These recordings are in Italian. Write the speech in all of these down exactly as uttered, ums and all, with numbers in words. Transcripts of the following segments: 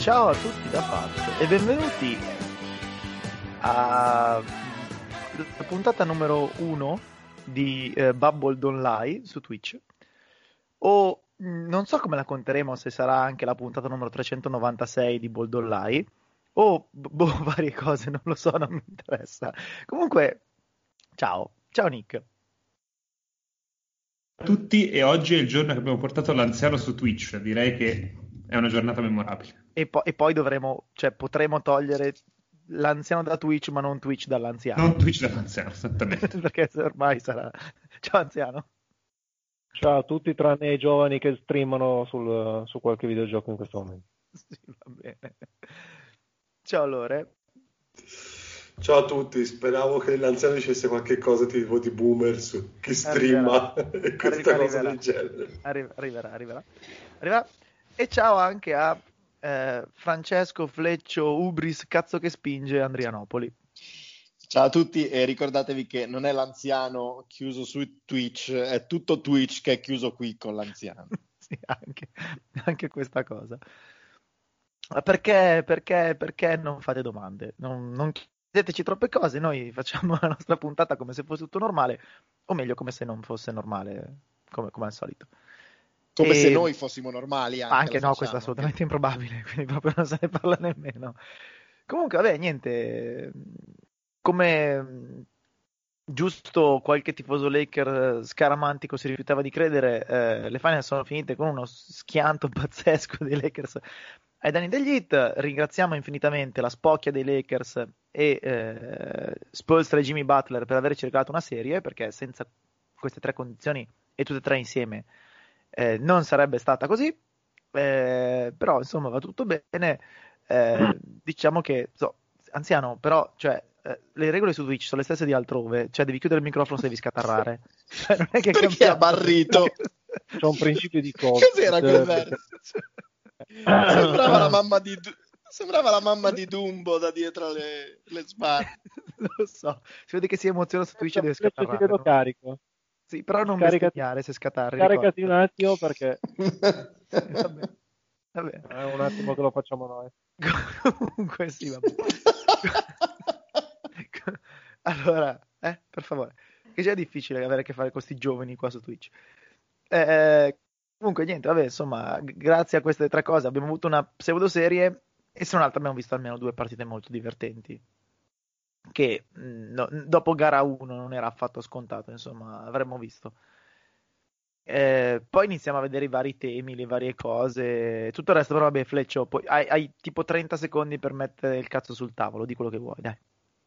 Ciao a tutti da Fabio e benvenuti alla puntata numero uno di eh, Bubble Don't Lie su Twitch. O mh, non so come la conteremo, se sarà anche la puntata numero trecentonovantasei di Bubble Don't Lie o boh, varie cose, non lo so, non mi interessa. Comunque, ciao, ciao Nick. A tutti, e oggi è il giorno che abbiamo portato l'anziano su Twitch. Direi che è una giornata memorabile. E, po- e poi dovremo, cioè potremo togliere l'anziano da Twitch, ma non Twitch dall'anziano. Non Twitch dall'anziano, esattamente. Perché se ormai sarà... Ciao anziano. Ciao a tutti tranne i giovani che streamano sul, su qualche videogioco in questo momento. Sì, va bene. Ciao Lore. Ciao a tutti, speravo che l'anziano dicesse qualche cosa tipo di boomer su chi streama e questa Arri- cosa arriverà. del genere. Arri- arriverà, arriverà. Arriverà. E ciao anche a eh, Francesco Fleccio Ubris, cazzo che spinge, Andrianopoli. Ciao a tutti e ricordatevi che non è l'anziano chiuso su Twitch, è tutto Twitch che è chiuso qui con l'anziano. Sì, anche, anche questa cosa. Ma perché, perché, perché non fate domande? Non, non chiedeteci troppe cose, noi facciamo la nostra puntata come se fosse tutto normale, o meglio come se non fosse normale, come, come al solito. Come E... se noi fossimo normali. Anche, anche no, facciamo, questo è assolutamente che... improbabile, quindi proprio non se ne parla nemmeno. Comunque, vabbè, niente, come giusto qualche tifoso Laker scaramantico si rifiutava di credere, eh, le finals sono finite con uno schianto pazzesco dei Lakers ai danni degli Heat. Ringraziamo infinitamente la spocchia dei Lakers e eh, Spoelstra e Jimmy Butler per averci regalato una serie, perché senza queste tre condizioni e tutte e tre insieme eh, non sarebbe stata così, eh, però insomma va tutto bene. Eh, diciamo che so, anziano, però cioè eh, le regole su Twitch sono le stesse di altrove, cioè devi chiudere il microfono se devi scatarrare, cioè, non è che perché ha barrito? C'è un principio di cosa. Cos'era quel verso? Sembrava la mamma di du- sembrava la mamma di Dumbo da dietro le, le sbarre. Non lo so, si vede che si emoziona su Twitch e deve Ti scatarrare, vedo no? carico. Sì, però non Scaricati- bestemmiare se scatarri, Caricati ricorda. un attimo perché Vabbè, vabbè. è un attimo che lo facciamo noi. Comunque sì, vabbè. Allora, eh, per favore, che già è difficile avere a che fare con questi giovani qua su Twitch. Eh, comunque niente, vabbè, insomma, g- grazie a queste tre cose abbiamo avuto una pseudo serie e se non altro abbiamo visto almeno due partite molto divertenti, che mh, no- dopo gara uno non era affatto scontato, insomma, avremmo visto. Eh, poi iniziamo a vedere i vari temi, le varie cose, tutto il resto, però vabbè, Fleccio, poi hai, hai tipo trenta secondi per mettere il cazzo sul tavolo, di quello che vuoi, dai.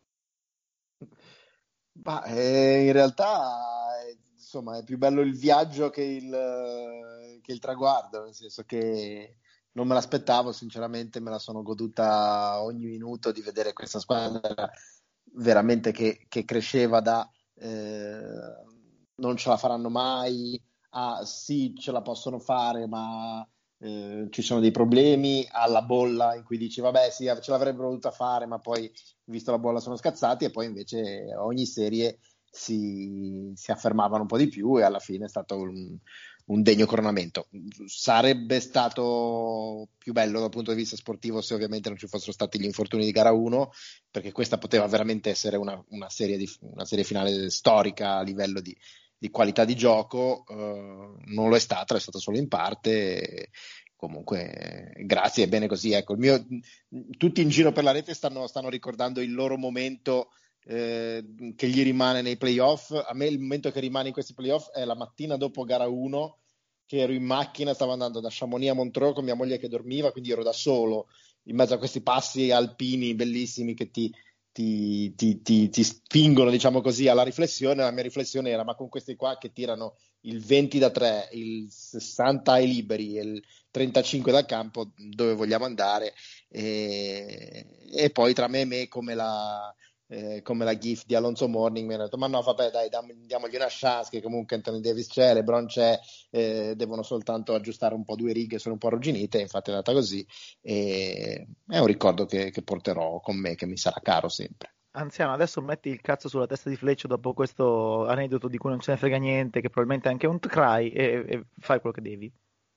Ma eh, in realtà eh, insomma è più bello il viaggio che il, eh, che il traguardo, nel senso che non me l'aspettavo, sinceramente me la sono goduta ogni minuto di vedere questa squadra veramente che, che cresceva da eh, non ce la faranno mai a sì ce la possono fare ma eh, ci sono dei problemi, alla bolla in cui dici vabbè sì ce l'avrebbero voluta fare ma poi visto la bolla sono scazzati, e poi invece ogni serie si, si affermavano un po' di più e alla fine è stato un, un degno coronamento. Sarebbe stato più bello dal punto di vista sportivo se ovviamente non ci fossero stati gli infortuni di gara uno, perché questa poteva veramente essere una, una, serie, di, una serie finale storica a livello di, di qualità di gioco. Uh, non lo è stata, è stata solo in parte. Comunque grazie, è bene così, ecco. Il mio, tutti in giro per la rete stanno, stanno ricordando il loro momento eh, che gli rimane nei playoff. A me il momento che rimane in questi playoff è la mattina dopo gara uno, che ero in macchina, stavo andando da Chamonix a Montreux con mia moglie che dormiva, quindi ero da solo in mezzo a questi passi alpini bellissimi che ti, ti, ti, ti, ti spingono, diciamo così, alla riflessione. La mia riflessione era: ma con questi qua che tirano il venti da tre, il sessanta ai liberi e il trentacinque dal campo, dove vogliamo andare? E, e poi tra me e me, come la, eh, come la gif di Alonso Mourning, mi hanno detto ma no vabbè dai, dam, diamogli una chance, che comunque Anthony Davis c'è, LeBron c'è, eh, devono soltanto aggiustare un po' due righe, sono un po' arrugginite. Infatti è andata così, e è un ricordo che, che porterò con me, che mi sarà caro sempre. Anziano, adesso metti il cazzo sulla testa di Fleccio dopo questo aneddoto di cui non ce ne frega niente, che probabilmente è anche un cry, e, e fai quello che devi.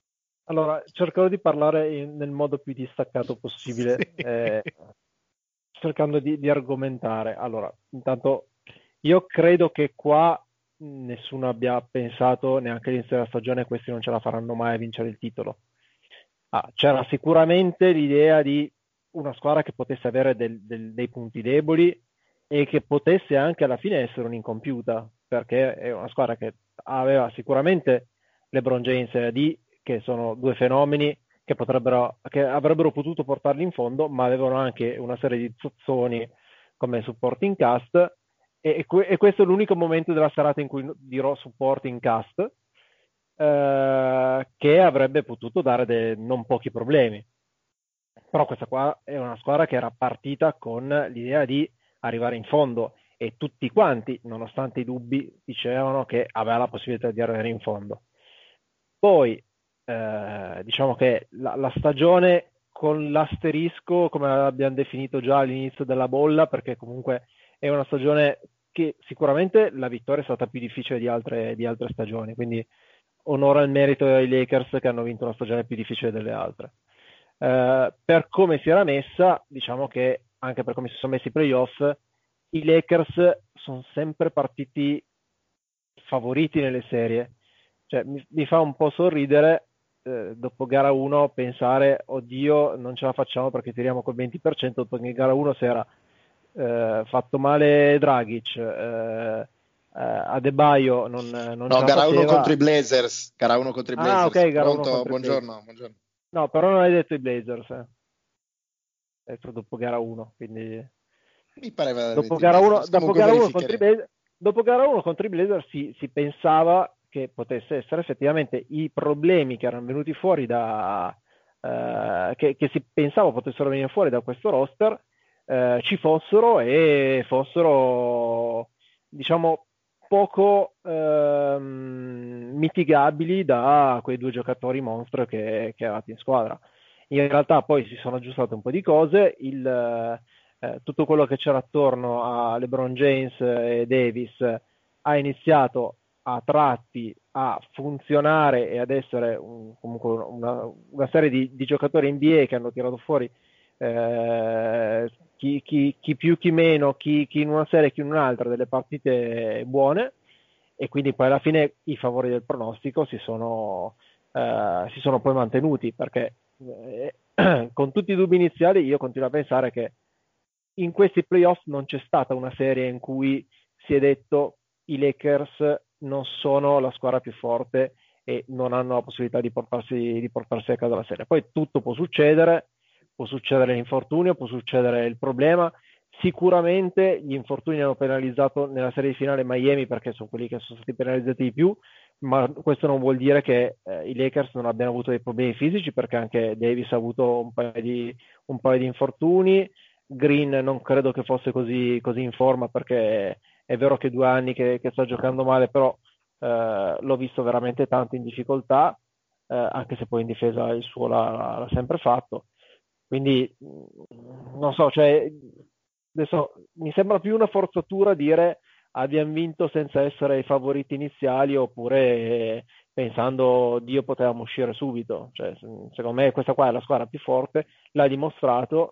Allora, cercherò di parlare in- nel modo più distaccato possibile, Sì. eh, cercando di, di argomentare. Allora, intanto io credo che qua nessuno abbia pensato neanche all'inizio della stagione questi non ce la faranno mai a vincere il titolo. Ah, c'era sicuramente l'idea di una squadra che potesse avere del- del- dei punti deboli e che potesse anche alla fine essere un'incompiuta, perché è una squadra che aveva sicuramente LeBron James e A D, che sono due fenomeni che potrebbero, che avrebbero potuto portarli in fondo, ma avevano anche una serie di zozzoni come supporting cast, e, e que- e questo è l'unico momento della serata in cui dirò supporting cast, eh, che avrebbe potuto dare de- non pochi problemi. Però questa qua è una squadra che era partita con l'idea di arrivare in fondo e tutti quanti, nonostante i dubbi, dicevano che aveva la possibilità di arrivare in fondo. Poi, eh, diciamo che la, la stagione con l'asterisco, come abbiamo definito già all'inizio della bolla, perché comunque è una stagione che sicuramente la vittoria è stata più difficile di altre, di altre stagioni, quindi onore al merito ai Lakers che hanno vinto una stagione più difficile delle altre. Eh, per come si era messa, diciamo che anche per come si sono messi i playoff, i Lakers sono sempre partiti favoriti nelle serie. Cioè, mi, mi fa un po' sorridere eh, dopo gara uno pensare, oddio, non ce la facciamo perché tiriamo col venti per cento, dopo che in gara uno si era eh, fatto male Dragic, eh, eh, Adebayo non, non ce No, la gara uno faceva. contro i Blazers. Gara uno contro i Ah, Blazers. ok, gara uno Pronto? contro i Blazers. Buongiorno, buongiorno. No, però non hai detto i Blazers, eh. Hai detto dopo gara uno, quindi Mi pareva aver dopo detto i gara uno, Blazers. dopo Comunque gara uno contro i verificheremo. Blazers, dopo gara uno contro i Blazers si, si pensava che potesse essere effettivamente i problemi che erano venuti fuori da eh, che, che si pensava potessero venire fuori da questo roster, eh, ci fossero e fossero, diciamo, poco ehm, mitigabili da quei due giocatori mostro che, che avevate in squadra. In realtà poi si sono aggiustate un po' di cose, il, eh, tutto quello che c'era attorno a LeBron James e Davis ha iniziato a tratti a funzionare e ad essere un, comunque una, una serie di, di giocatori N B A che hanno tirato fuori eh, chi, chi, chi più chi meno, chi, chi in una serie chi in un'altra delle partite buone, e quindi poi alla fine i favori del pronostico si sono, eh, si sono poi mantenuti, perché eh, con tutti i dubbi iniziali io continuo a pensare che in questi playoff non c'è stata una serie in cui si è detto i Lakers non sono la squadra più forte e non hanno la possibilità di portarsi, di portarsi a casa la serie. Poi tutto può succedere, può succedere l'infortunio, può succedere il problema. Sicuramente gli infortuni hanno penalizzato nella serie di finale Miami, perché sono quelli che sono stati penalizzati di più, ma questo non vuol dire che eh, i Lakers non abbiano avuto dei problemi fisici, perché anche Davis ha avuto un paio di, un paio di infortuni. Green non credo che fosse così, così in forma, perché è vero che due anni che, che sta giocando male, però eh, l'ho visto veramente tanto in difficoltà, eh, anche se poi in difesa il suo l'ha, l'ha sempre fatto. Quindi non so, cioè, adesso mi sembra più una forzatura dire abbiamo vinto senza essere i favoriti iniziali, oppure eh, pensando Dio potevamo uscire subito. Cioè, secondo me questa qua è la squadra più forte, l'ha dimostrato,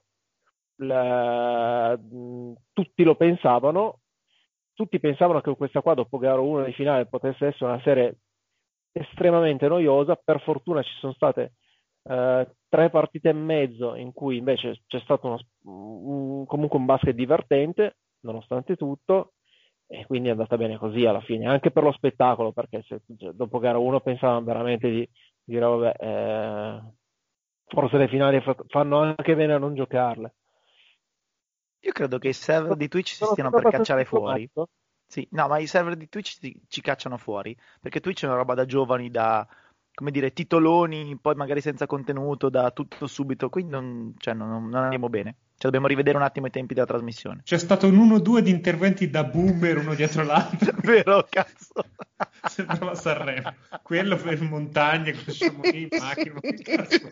la, tutti lo pensavano, tutti pensavano che questa qua dopo gara uno di finale potesse essere una serie estremamente noiosa. Per fortuna ci sono state eh, tre partite e mezzo in cui invece c'è stato uno, un, comunque un basket divertente nonostante tutto, e quindi è andata bene così alla fine, anche per lo spettacolo, perché se, cioè, dopo gara uno pensavano veramente di dire vabbè, eh, forse le finali fanno anche bene a non giocarle. Io credo che i server di Twitch si Sono stiano stato per abbastanza cacciare fuori. informato. Sì, no, ma i server di Twitch ci, ci cacciano fuori, perché Twitch è una roba da giovani, da, come dire, titoloni, poi magari senza contenuto, da tutto subito, quindi non, cioè, non, non andiamo bene. Cioè, dobbiamo rivedere un attimo i tempi della trasmissione. C'è stato un uno due di interventi da boomer uno dietro l'altro. Vero, cazzo. Sembrava Sanremo. Quello per montagne, con Chamonix in macchina. Che cazzo?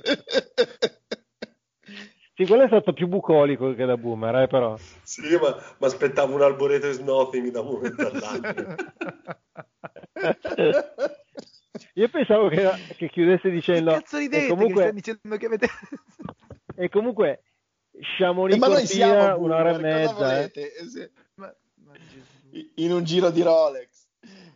Sì, quello è stato più bucolico che da boomer, eh, però. Sì, ma mi aspettavo un Arboreto is Nothing da un momento all'altro. Io Io pensavo che, che chiudesse dicendo... Che cazzo ridete, e comunque, che stai dicendo che avete... e comunque Chamonix Eh, ma noi siamo Cortina, boomer, un'ora e cosa mezza. Eh. volete? Eh, sì. ma, ma Gesù. In un giro di Rolex.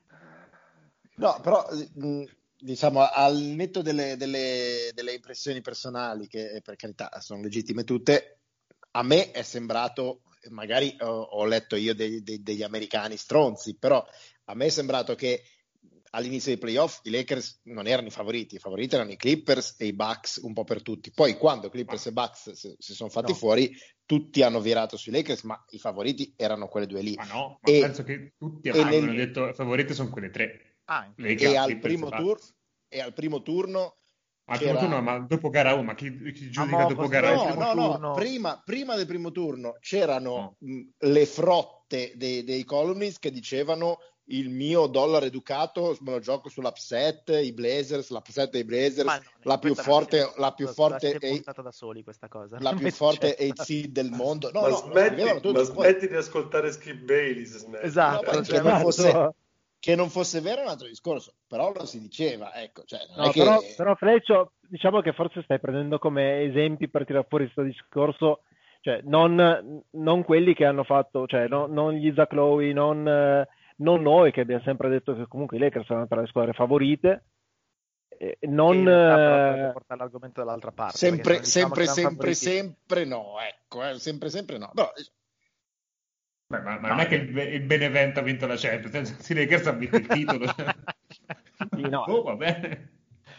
No, però mh, diciamo al netto delle, delle, delle impressioni personali, che per carità sono legittime tutte, a me è sembrato, magari ho, ho letto io dei, dei, degli americani stronzi, però a me è sembrato che all'inizio dei playoff i Lakers non erano i favoriti, i favoriti erano i Clippers e i Bucks un po' per tutti. Poi quando Clippers e Bucks si, si sono fatti No. fuori, tutti hanno virato sui Lakers, ma i favoriti erano quelle due lì. Ma no, ma e, penso che tutti e avevano nel- detto i favoriti sono quelle tre. Anche. Lakers, e, al Clippers primo e tur- Bucks. e al primo turno Ma al c'era- primo turno, ma dopo gara uno, ma chi, chi giudica mo, dopo così gara vai No, al uno? primo no, no, turno. prima, prima del primo turno c'erano No. mh, le frotte dei, dei columnist che dicevano il mio dollaro educato me lo gioco sull'upset, i Blazers, l'upset dei Blazers, Ma no, la più questa forte, l'avete- la più la- forte, l'avete e- montata da soli questa cosa. la Non più è forte successa. eight seed del mondo. No, ma no, lo scrivevano smetti, tutti. ma Poi- smetti di ascoltare Skip Bayless, smetti. Esatto, no, poi cioè, che, non esatto. fosse, che non fosse vero è un altro discorso, però lo si diceva, ecco, cioè, non No, è che... però, però Fleccio, diciamo che forse stai prendendo come esempi per tirare fuori questo discorso, cioè non, non quelli che hanno fatto, cioè no- non gli Zach Lowe, non, eh, non noi che abbiamo sempre detto che comunque i Lakers sono tra le squadre favorite, eh, non... in realtà però eh, dovrebbe portare l'argomento dall'altra parte. Sempre, perché se non diciamo sempre, che erano sempre, favoriti- sempre no, ecco, eh, sempre, sempre no. Però, Beh, ma, ma No, non è che il, il Benevento ha vinto la Champions, i Lakers hanno vinto il titolo. Sì, no. Oh, va bene.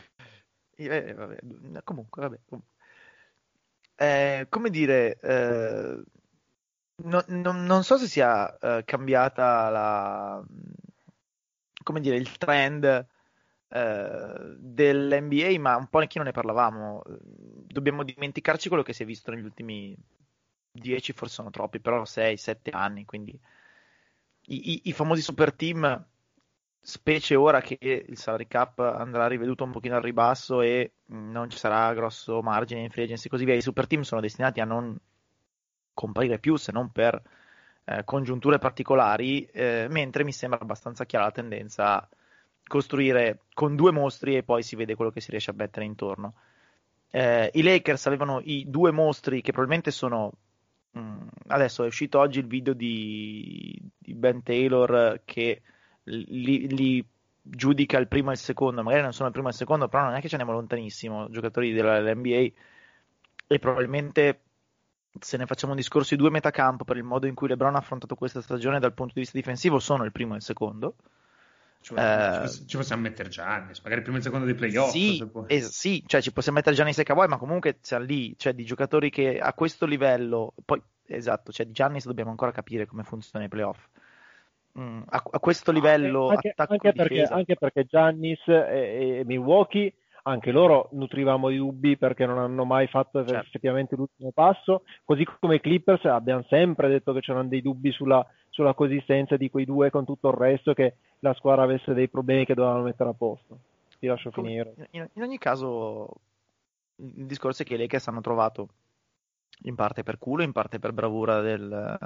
Eh, vabbè, comunque, vabbè. comunque. Eh, come dire, eh, no- non non so se sia eh, cambiata la, come dire, il trend eh, dell'N B A, ma un po' anche non ne parlavamo. Dobbiamo dimenticarci quello che si è visto negli ultimi dieci, forse sono troppi, però sei sette anni, quindi i, i- i famosi super team, specie ora che il salary cap andrà riveduto un pochino al ribasso e mh, non ci sarà grosso margine in free agency e così via, i super team sono destinati a non comparire più se non per eh, congiunture particolari, eh, mentre mi sembra abbastanza chiara la tendenza a costruire con due mostri e poi si vede quello che si riesce a mettere intorno. Eh, I Lakers avevano i due mostri che probabilmente sono... mh, adesso è uscito oggi il video di, di Ben Taylor che li, li giudica il primo e il secondo, magari non sono il primo e il secondo, però non è che ce andiamo lontanissimo, giocatori dell'N B A, e probabilmente se ne facciamo un discorso di due metacampo per il modo in cui LeBron ha affrontato questa stagione dal punto di vista difensivo, sono il primo e il secondo. Ci possiamo, Eh, ci poss- ci possiamo mettere Giannis, magari il primo e il secondo dei playoff. Sì, se può. eh, sì, cioè ci possiamo mettere Giannis e Kawhi, ma comunque siamo lì, cioè di giocatori che a questo livello, poi esatto, cioè di Giannis dobbiamo ancora capire come funziona i playoff. Mm, a, a questo livello anche, attacco anche e perché, difesa. anche perché Giannis e, e Milwaukee, anche loro nutrivamo di dubbi perché non hanno mai fatto Certo. effettivamente l'ultimo passo, così come i Clippers abbiamo sempre detto che c'erano dei dubbi sulla, sulla consistenza di quei due con tutto il resto, che la squadra avesse dei problemi che dovevano mettere a posto. Ti lascio Come- finire. in, in ogni caso, il discorso è che i Lakers hanno trovato in parte per culo, in parte per bravura del,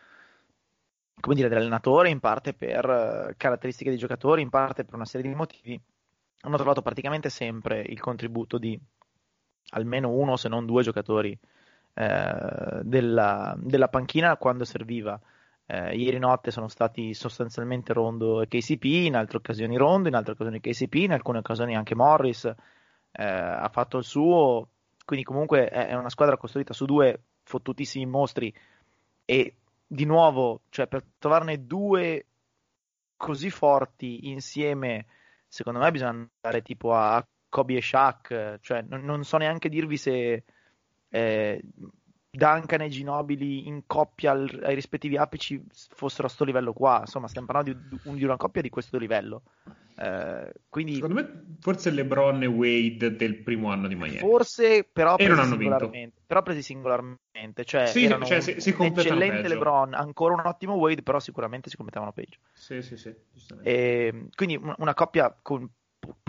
come dire, dell'allenatore, in parte per eh, caratteristiche dei giocatori, in parte per una serie di motivi, hanno trovato praticamente sempre il contributo di almeno uno, se non due giocatori eh, della, della panchina quando serviva. Eh, ieri notte sono stati sostanzialmente Rondo e K C P, in altre occasioni Rondo, in altre occasioni K C P, in alcune occasioni anche Morris eh, ha fatto il suo, quindi comunque è, è una squadra costruita su due fottutissimi mostri e di nuovo, cioè per trovarne due così forti insieme, secondo me bisogna andare tipo a Kobe e Shaq, cioè non, non so neanche dirvi se eh, Duncan e Ginobili in coppia al- ai rispettivi apici fossero a sto livello qua, insomma stiamo parlando di, di una coppia di questo livello. Eh, quindi Secondo me, forse LeBron e Wade del primo anno di Miami. forse però E non presi hanno vinto. singolarmente, però presi singolarmente, cioè Sì, erano cioè, un, si- si un completano eccellente peggio. LeBron, ancora un ottimo Wade, però sicuramente si completavano peggio. Sì, sì, sì, giustamente. E, quindi una, una coppia con po-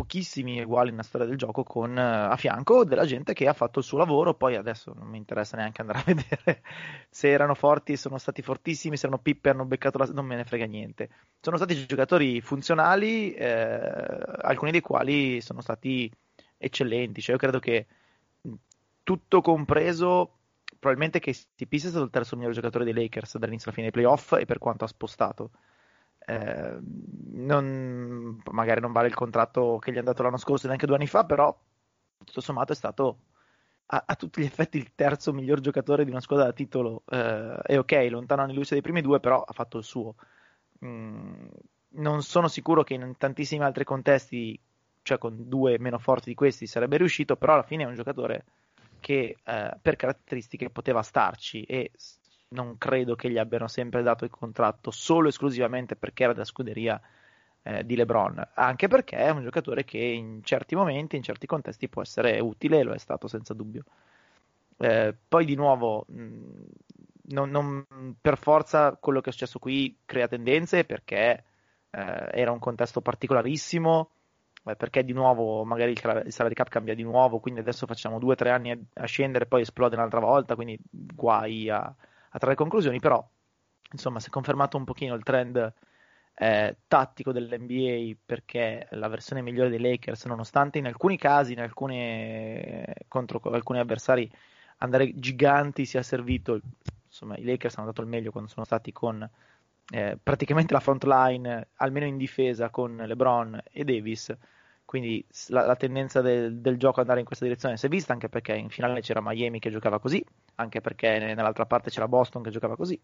pochissimi uguali nella storia del gioco, con eh, a fianco della gente che ha fatto il suo lavoro. Poi adesso non mi interessa neanche andare a vedere se erano forti, sono stati fortissimi, se erano pippe, hanno beccato la... non me ne frega niente. Sono stati giocatori funzionali, eh, alcuni dei quali sono stati eccellenti. Cioè io credo che tutto compreso, probabilmente che K C P sia stato il terzo miglior giocatore dei Lakers dall'inizio alla fine dei playoff, e per quanto ha spostato. Eh, non, magari non vale il contratto che gli hanno dato l'anno scorso e neanche due anni fa, però tutto sommato è stato a, a tutti gli effetti il terzo miglior giocatore di una squadra da titolo. Eh, e ok, lontano anni luce dei primi due, però ha fatto il suo. Mm, non sono sicuro che in tantissimi altri contesti, cioè con due meno forti di questi, sarebbe riuscito, però alla fine è un giocatore che eh, per caratteristiche poteva starci, e non credo che gli abbiano sempre dato il contratto solo esclusivamente perché era della scuderia eh, di LeBron, anche perché è un giocatore che in certi momenti, in certi contesti può essere utile, e lo è stato senza dubbio. Eh, poi di nuovo mh, non, non, per forza quello che è successo qui crea tendenze, perché eh, era un contesto particolarissimo, eh, perché di nuovo magari il, il salary cap cambia di nuovo, quindi adesso facciamo due o tre anni a, a scendere, poi esplode un'altra volta, quindi guai a a trarre conclusioni. Però insomma si è confermato un pochino il trend eh, tattico dell'N B A, perché la versione migliore dei Lakers, nonostante in alcuni casi, in alcune, contro alcuni avversari, andare giganti sia servito, insomma i Lakers hanno dato il meglio quando sono stati con eh, praticamente la front line, almeno in difesa, con LeBron e Davis. Quindi la, la tendenza del, del gioco ad andare in questa direzione si è vista, anche perché in finale c'era Miami che giocava così, anche perché nell'altra parte c'era Boston che giocava così.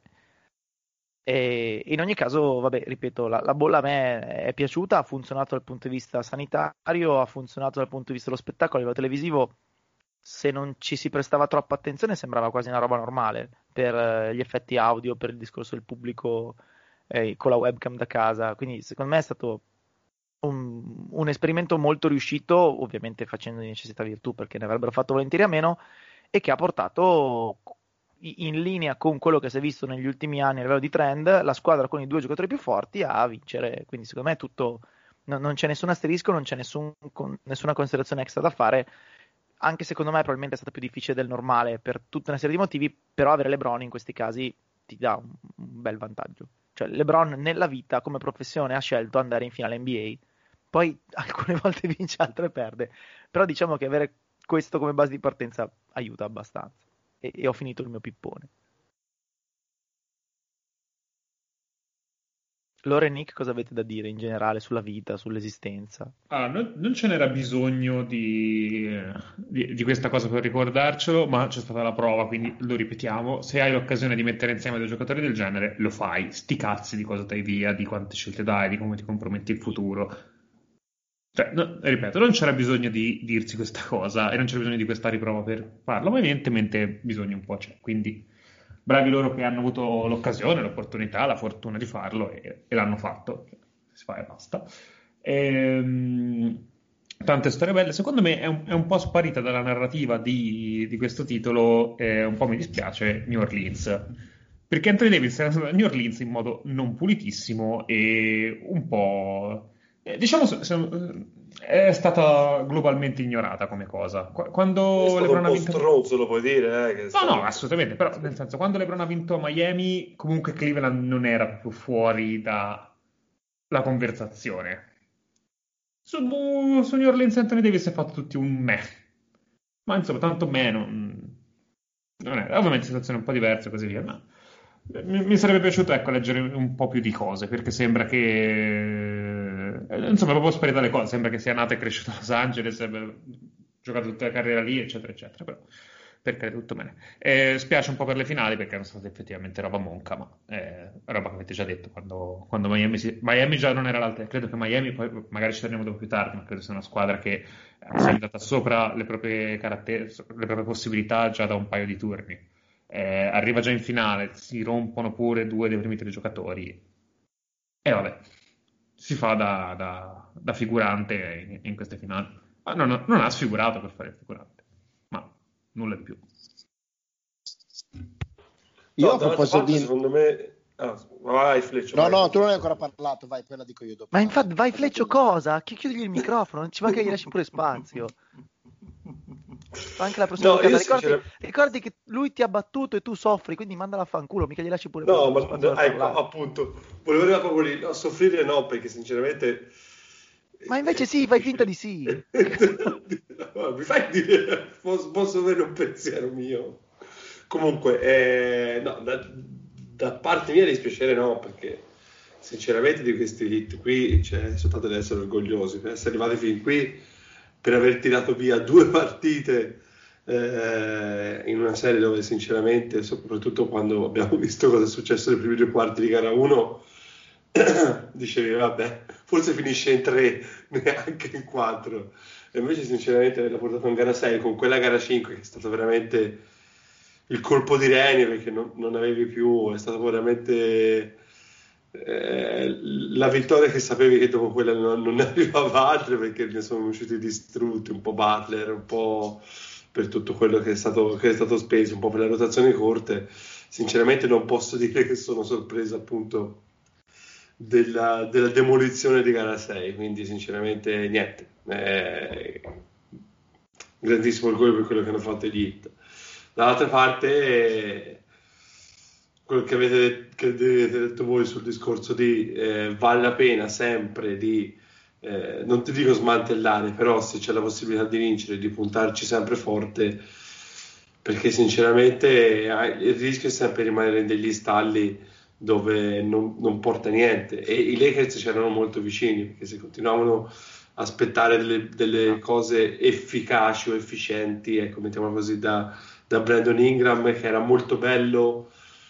E in ogni caso, vabbè, ripeto, la, la bolla a me è piaciuta, ha funzionato dal punto di vista sanitario, ha funzionato dal punto di vista dello spettacolo. A livello televisivo, se non ci si prestava troppa attenzione, sembrava quasi una roba normale, per eh, gli effetti audio, per il discorso del pubblico eh, con la webcam da casa. Quindi secondo me è stato Un, un esperimento molto riuscito, ovviamente facendo di necessità virtù, perché ne avrebbero fatto volentieri a meno, e che ha portato in linea con quello che si è visto negli ultimi anni a livello di trend, la squadra con i due giocatori più forti a vincere. Quindi secondo me è tutto, no, non c'è nessun asterisco, non c'è nessun, con, nessuna considerazione extra da fare. Anche secondo me probabilmente è stato più difficile del normale per tutta una serie di motivi, però avere LeBron in questi casi ti dà un, un bel vantaggio. Cioè LeBron nella vita come professione ha scelto andare in finale N B A, poi alcune volte vince, altre perde, però diciamo che avere questo come base di partenza aiuta abbastanza. E, e ho finito il mio pippone. Lore e Nick, cosa avete da dire in generale sulla vita, sull'esistenza? Ah, non, non ce n'era bisogno di, di, di questa cosa per ricordarcelo, ma c'è stata la prova, quindi lo ripetiamo. Se hai l'occasione di mettere insieme due giocatori del genere, lo fai. Sti cazzi di cosa dai via, di quante scelte dai, di come ti comprometti il futuro. Cioè, no, ripeto, non c'era bisogno di dirsi questa cosa e non c'era bisogno di questa riprova per farlo, ma evidentemente bisogno un po' c'è. Quindi bravi loro che hanno avuto l'occasione, l'opportunità, la fortuna di farlo e, e l'hanno fatto. Si fa e basta. Ehm, tante storie belle. Secondo me è un, è un po' sparita dalla narrativa di, di questo titolo, e un po' mi dispiace, New Orleans. Perché Anthony Davis è andato a New Orleans in modo non pulitissimo e un po'... Eh, diciamo, se- se- è stata globalmente ignorata come cosa. Qu- È Quando stato un LeBron ha po' vinto... stronzo, lo puoi dire, eh, che è No, stato... no, assolutamente, però nel senso, quando LeBron ha vinto a Miami, comunque Cleveland non era più fuori dalla conversazione. Su, su New Orleans Anthony Davis ha fatto tutti un meh. Ma insomma, tanto meh non, non è. Ovviamente situazioni un po' diverse e così via, ma mi, mi sarebbe piaciuto, ecco, leggere un po' più di cose, perché sembra che... eh, Insomma, è proprio sparita le cose, sembra che sia nato e cresciuto a Los Angeles, abbia giocato tutta la carriera lì, eccetera, eccetera, però per carità, tutto bene. Eh, spiace un po' per le finali perché erano state effettivamente roba monca, ma eh, roba che avete già detto quando, quando Miami, si... Miami già non era l'altra. Credo che Miami, poi magari ci torniamo dopo più tardi, ma credo sia una squadra che si è andata sopra le proprie caratter- le proprie possibilità già da un paio di turni. Eh, arriva già in finale, si rompono pure due dei primi tre giocatori e vabbè, si fa da, da- da figurante in, in queste finali. Ma non, non ha sfigurato per fare il figurante, ma nulla di più. Io No, a dall'altra proposito parte, di... secondo me, Ah, vai Fleccio, No, vai. no, tu non hai ancora parlato, vai, poi la dico io dopo. Ma infatti, vai Fleccio cosa? Chi- Chiudigli il microfono, non ci manca che gli lasci pure spazio. Fa anche la prossima No, puntata. io Ricordi, sinceramente... ricordi che lui ti ha battuto e tu soffri, quindi mandala a fanculo, mica gli lasci pure No, ma spazio per ecco, parlare. appunto, volevo arrivare proprio lì. No, soffrire no, perché sinceramente... Ma invece sì, fai finta di sì. Mi fai dire, posso, posso avere un pensiero mio. Comunque, eh, no, da, da parte mia dispiacere no, perché sinceramente di questi hit qui c'è soltanto da essere orgogliosi, per essere arrivati fin qui, per aver tirato via due partite eh, in una serie dove sinceramente, soprattutto quando abbiamo visto cosa è successo nei primi due quarti di gara uno, dicevi vabbè, forse finisce in tre, neanche in quattro. E invece sinceramente averla portata in gara sei con quella gara cinque che è stato veramente il colpo di reni, perché non, non avevi più, è stato veramente eh, la vittoria che sapevi che dopo quella non, non ne arrivava altre, perché ne sono usciti distrutti, un po' Butler, un po' per tutto quello che è stato, che è stato speso, un po' per le rotazioni corte. Sinceramente non posso dire che sono sorpreso appunto della, della demolizione di gara sei, quindi sinceramente niente, eh, grandissimo orgoglio per quello che hanno fatto gli Heat. Dall'altra parte eh, quello che avete, che avete detto voi sul discorso di eh, vale la pena sempre di eh, non ti dico smantellare, però se c'è la possibilità di vincere, di puntarci sempre forte, perché sinceramente eh, il rischio è sempre rimanere in degli stalli dove non, non porta niente, e i Lakers c'erano molto vicini, perché se continuavano a aspettare delle, delle cose efficaci o efficienti, ecco, mettiamola così, da, da Brandon Ingram, che era molto bello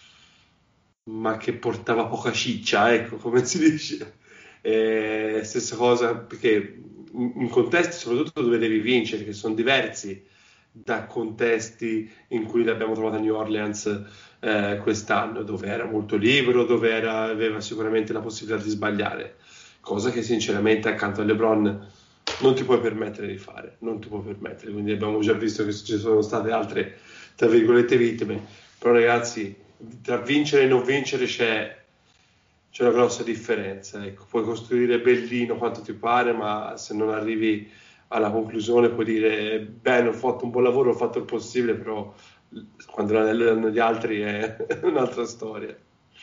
ma che portava poca ciccia, ecco, come si dice. Eh, stessa cosa, perché in, in contesti soprattutto dove devi vincere, che sono diversi da contesti in cui l'abbiamo trovata a New Orleans eh, quest'anno, dove era molto libero, dove era, aveva sicuramente la possibilità di sbagliare, cosa che sinceramente accanto a LeBron non ti puoi permettere di fare, non ti puoi permettere, quindi abbiamo già visto che ci sono state altre, tra virgolette, vittime, però ragazzi, tra vincere e non vincere c'è, c'è una grossa differenza, ecco. Puoi costruire bellino quanto ti pare, ma se non arrivi alla conclusione puoi dire bene, ho fatto un buon lavoro, ho fatto il possibile, però quando l'anello hanno gli altri è un'altra storia.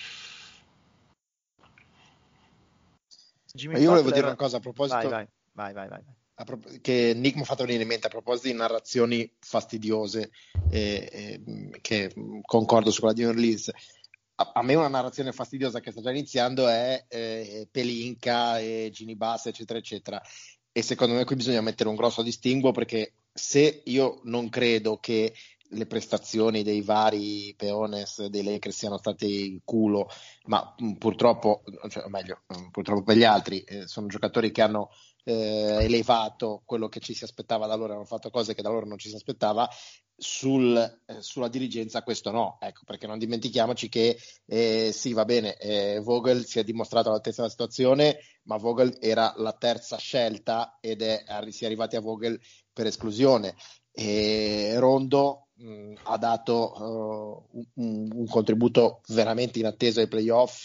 Jimmy Ma io volevo Butler... dire una cosa a proposito, Vai, vai, vai, vai, vai. a pro- che Nick mi ha fatto venire in mente a proposito di narrazioni fastidiose, eh, eh, che mh, concordo su quella di New Orleans. A, a me una narrazione fastidiosa che sta già iniziando è eh, Pelinka e Ginny Bass, eccetera, eccetera. E secondo me qui bisogna mettere un grosso distinguo, perché se io non credo che le prestazioni dei vari peones dei Lakers siano state il culo, ma mh, purtroppo, cioè, o meglio, mh, purtroppo per gli altri, eh, sono giocatori che hanno eh, elevato quello che ci si aspettava da loro, hanno fatto cose che da loro non ci si aspettava. Sul, eh, sulla dirigenza questo no, ecco, perché non dimentichiamoci che eh, sì, va bene, eh, Vogel si è dimostrato all'altezza della situazione, ma Vogel era la terza scelta ed è, si è arrivati a Vogel per esclusione. E Rondo mh, ha dato uh, un, un contributo veramente inatteso ai playoff,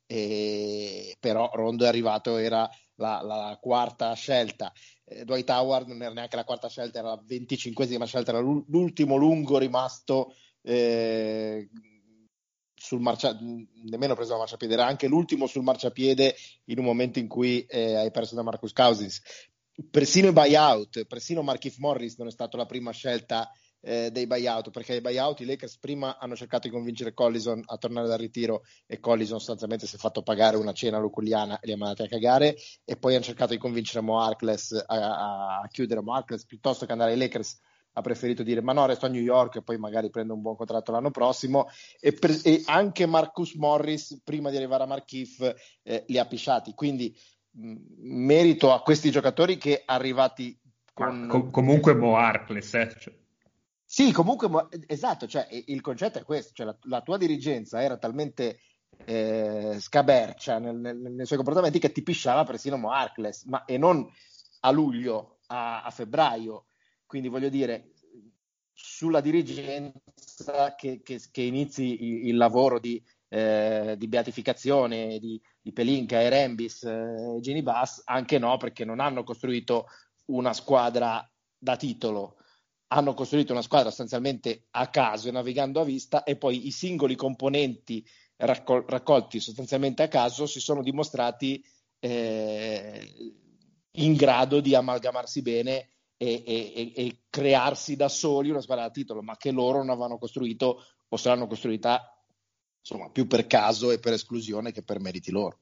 e, però Rondo è arrivato, era la, la quarta scelta. Eh, Dwight Howard non era neanche la quarta scelta, era la venticinquesima scelta, era l'ultimo lungo rimasto eh, sul marcia, nemmeno preso la marciapiede, era anche l'ultimo sul marciapiede in un momento in cui eh, hai perso da Marcus Cousins. Persino i buyout, persino Markieff Morris non è stata la prima scelta eh, dei buyout, perché i buyout i Lakers prima hanno cercato di convincere Collison a tornare dal ritiro, e Collison sostanzialmente si è fatto pagare una cena luculliana e li ha mandati a cagare, e poi hanno cercato di convincere Mo Harkless a, a, a chiudere. Mo Harkless, piuttosto che andare ai Lakers, ha preferito dire ma no, resto a New York e poi magari prendo un buon contratto l'anno prossimo, e, per, e anche Marcus Morris prima di arrivare a Markieff eh, li ha pisciati, quindi mh, merito a questi giocatori che arrivati con... Com- comunque Mo Harkless, eh? Cioè. Sì, comunque, esatto, cioè, il concetto è questo, cioè, la, la tua dirigenza era talmente eh, scabercia nel, nel, nei suoi comportamenti che ti pisciava persino Mo Harkless, ma e non a luglio, a, a febbraio. Quindi voglio dire, sulla dirigenza che, che, che inizi il, il lavoro di eh, di beatificazione di, di Pelinka e Rembis e eh, Gini Bass, anche no, perché non hanno costruito una squadra da titolo, hanno costruito una squadra sostanzialmente a caso e navigando a vista, e poi i singoli componenti raccol- raccolti sostanzialmente a caso si sono dimostrati eh, in grado di amalgamarsi bene e, e, e crearsi da soli una squadra da titolo, ma che loro non avevano costruito o se l'hanno costruita insomma più per caso e per esclusione che per meriti loro.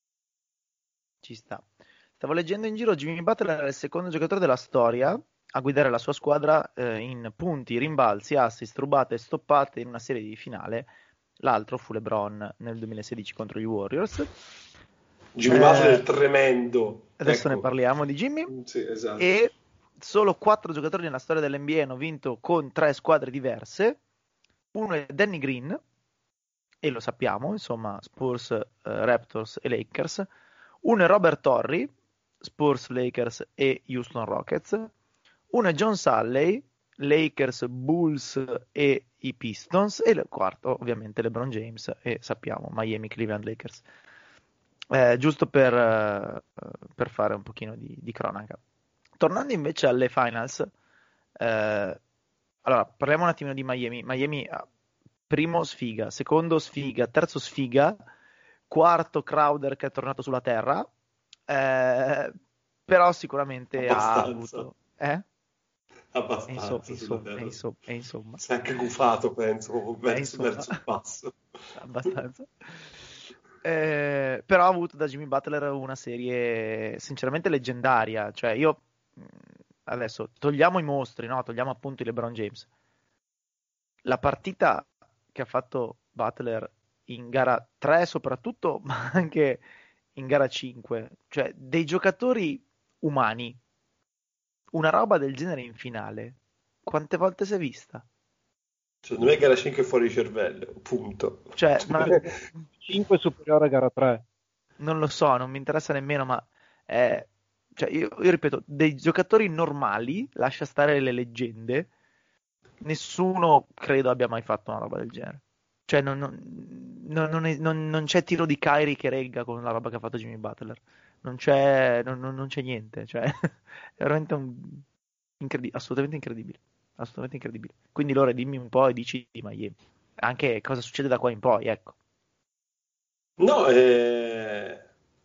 Ci sta. Stavo leggendo in giro, Jimmy Butler è il secondo giocatore della storia a guidare la sua squadra eh, in punti, rimbalzi, assist, rubate e stoppate in una serie di finale. L'altro fu LeBron nel duemilasedici contro gli Warriors. Jimmy Eh, Butler è tremendo. Adesso Ecco. ne parliamo di Jimmy. Sì, esatto. E solo quattro giocatori nella storia dell'N B A hanno vinto con tre squadre diverse. Uno è Danny Green, e lo sappiamo, insomma, Spurs, eh, Raptors e Lakers. Uno è Robert Torrey, Spurs, Lakers e Houston Rockets. Uno è John Salley, Lakers, Bulls e i Pistons. E il quarto, ovviamente, LeBron James, e sappiamo, Miami, Cleveland, Lakers. Eh, giusto per, eh, per fare un pochino di, di cronaca. Tornando invece alle finals, eh, allora parliamo un attimino di Miami. Miami, primo sfiga, secondo sfiga, terzo sfiga, quarto Crowder che è tornato sulla terra, eh, però sicuramente Abbastanza. ha avuto... Eh? Abbastanza. E insomma, e insomma, e insomma. Si è anche gufato, penso, verso, insomma. verso il basso. Abbastanza. Eh, però ha avuto da Jimmy Butler una serie sinceramente leggendaria. Cioè io adesso togliamo i mostri, no? Togliamo appunto i LeBron James. La partita che ha fatto Butler in gara tre soprattutto, ma anche in gara cinque, cioè dei giocatori umani, una roba del genere in finale, quante volte si è vista? Secondo me gara cinque è fuori cervello, punto. Cioè, ma... cinque superiore a gara tre. Non lo so, non mi interessa nemmeno, ma è... cioè, io, io ripeto, dei giocatori normali, lascia stare le leggende, nessuno credo abbia mai fatto una roba del genere. Cioè, non, non, non, non, è, non, non c'è tiro di Kyrie che regga con la roba che ha fatto Jimmy Butler. Non c'è, non, non c'è niente. Cioè, è veramente un... incredi- assolutamente incredibile. Assolutamente incredibile. Quindi, Lore, dimmi un po' e dici di Miami. Anche cosa succede da qua in poi, ecco. No, è...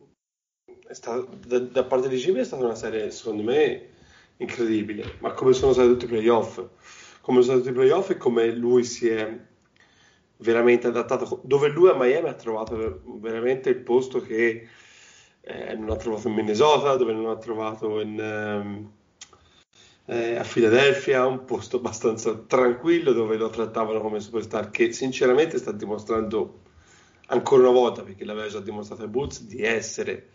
È stato... da, da parte di Jimmy è stata una serie, secondo me, incredibile. Ma come sono stati tutti i playoff? Come sono stati tutti i playoff e come lui si è veramente adattato, dove lui a Miami ha trovato veramente il posto che eh, non ha trovato in Minnesota, dove non ha trovato in, um, eh, a Philadelphia, un posto abbastanza tranquillo dove lo trattavano come superstar, che sinceramente sta dimostrando ancora una volta, perché l'aveva già dimostrato ai Bulls, di essere,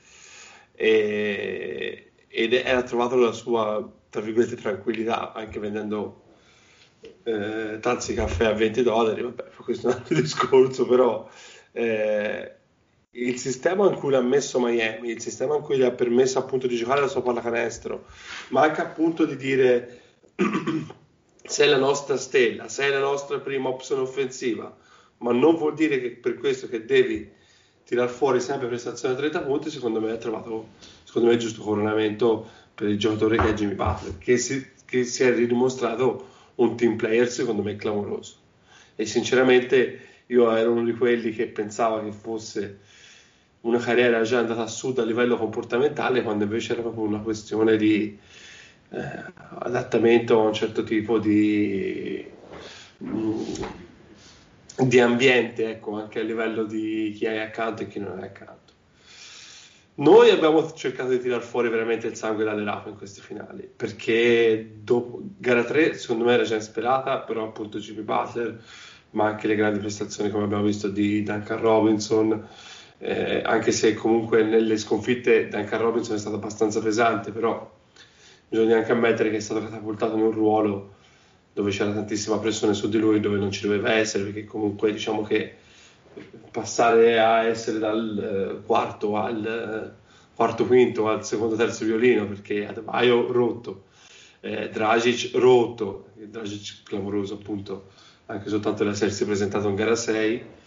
e, ed ha trovato la sua, tra virgolette, tranquillità, anche vendendo Eh, tazze di caffè a venti dollari. Vabbè, questo è un altro discorso, però eh, il sistema in cui l'ha messo Miami, il sistema in cui gli ha permesso appunto di giocare la sua pallacanestro, ma anche appunto di dire sei la nostra stella, sei la nostra prima opzione offensiva, ma non vuol dire che per questo che devi tirar fuori sempre prestazioni a trenta punti. Secondo me ha trovato, secondo me, il giusto coronamento per il giocatore che è Jimmy Butler, che si, che si è ridimostrato un team player secondo me clamoroso, e sinceramente io ero uno di quelli che pensava che fosse una carriera già andata a sud a livello comportamentale, quando invece era proprio una questione di eh, adattamento a un certo tipo di mh, di ambiente, ecco, anche a livello di chi hai accanto e chi non hai accanto. Noi abbiamo cercato di tirar fuori veramente il sangue dalle rape in queste finali, perché dopo gara tre secondo me era già insperata, però appunto Jimmy Butler, ma anche le grandi prestazioni come abbiamo visto di Duncan Robinson, eh, anche se comunque nelle sconfitte Duncan Robinson è stato abbastanza pesante, però bisogna anche ammettere che è stato catapultato in un ruolo dove c'era tantissima pressione su di lui, dove non ci doveva essere, perché comunque diciamo che passare a essere dal eh, quarto al eh, quarto quinto al secondo terzo violino, perché Adebayo rotto, eh, Dragic rotto, Dragic clamoroso appunto anche soltanto l'essersi presentato in gara sei,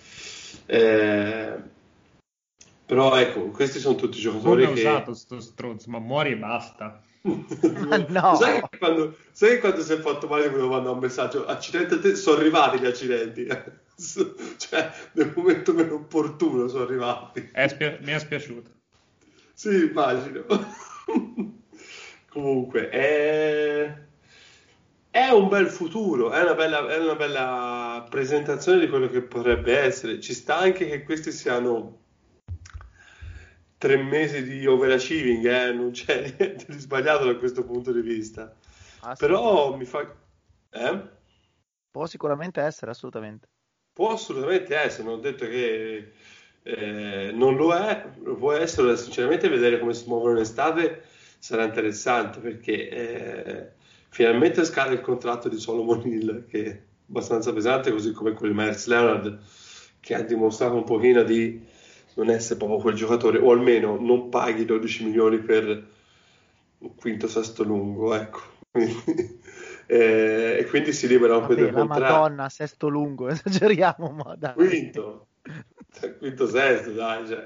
Eh, però ecco, questi sono tutti giocatori Come che... ha usato sto stronzo, ma muori e basta. No. Sai che quando, sai che quando si è fatto male quello manda un messaggio, accidenti a te, sono arrivati gli accidenti. Cioè, nel momento meno opportuno sono arrivati. È spia- mi è spiaciuto. Sì, immagino. Comunque, è... è un bel futuro, è una bella, è una bella presentazione di quello che potrebbe essere. Ci sta anche che questi siano tre mesi di overachieving, eh? Non c'è niente di sbagliato da questo punto di vista. Ah, sì. Però mi fa... Eh? Può sicuramente essere, assolutamente. Può assolutamente essere, non ho detto che eh, non lo è, lo può essere, sinceramente vedere come si muovono in estate sarà interessante, perché eh, finalmente scade il contratto di Solomon Hill, che è abbastanza pesante, così come quello di Myers Leonard, che ha dimostrato un pochino di non essere proprio quel giocatore, o almeno non paghi dodici milioni per un quinto sesto lungo, ecco. Eh, e quindi si libera un po' Vabbè, del la contratto. Madonna, sesto lungo, esageriamo, ma dai. Quinto, quinto sesto, dai, cioè.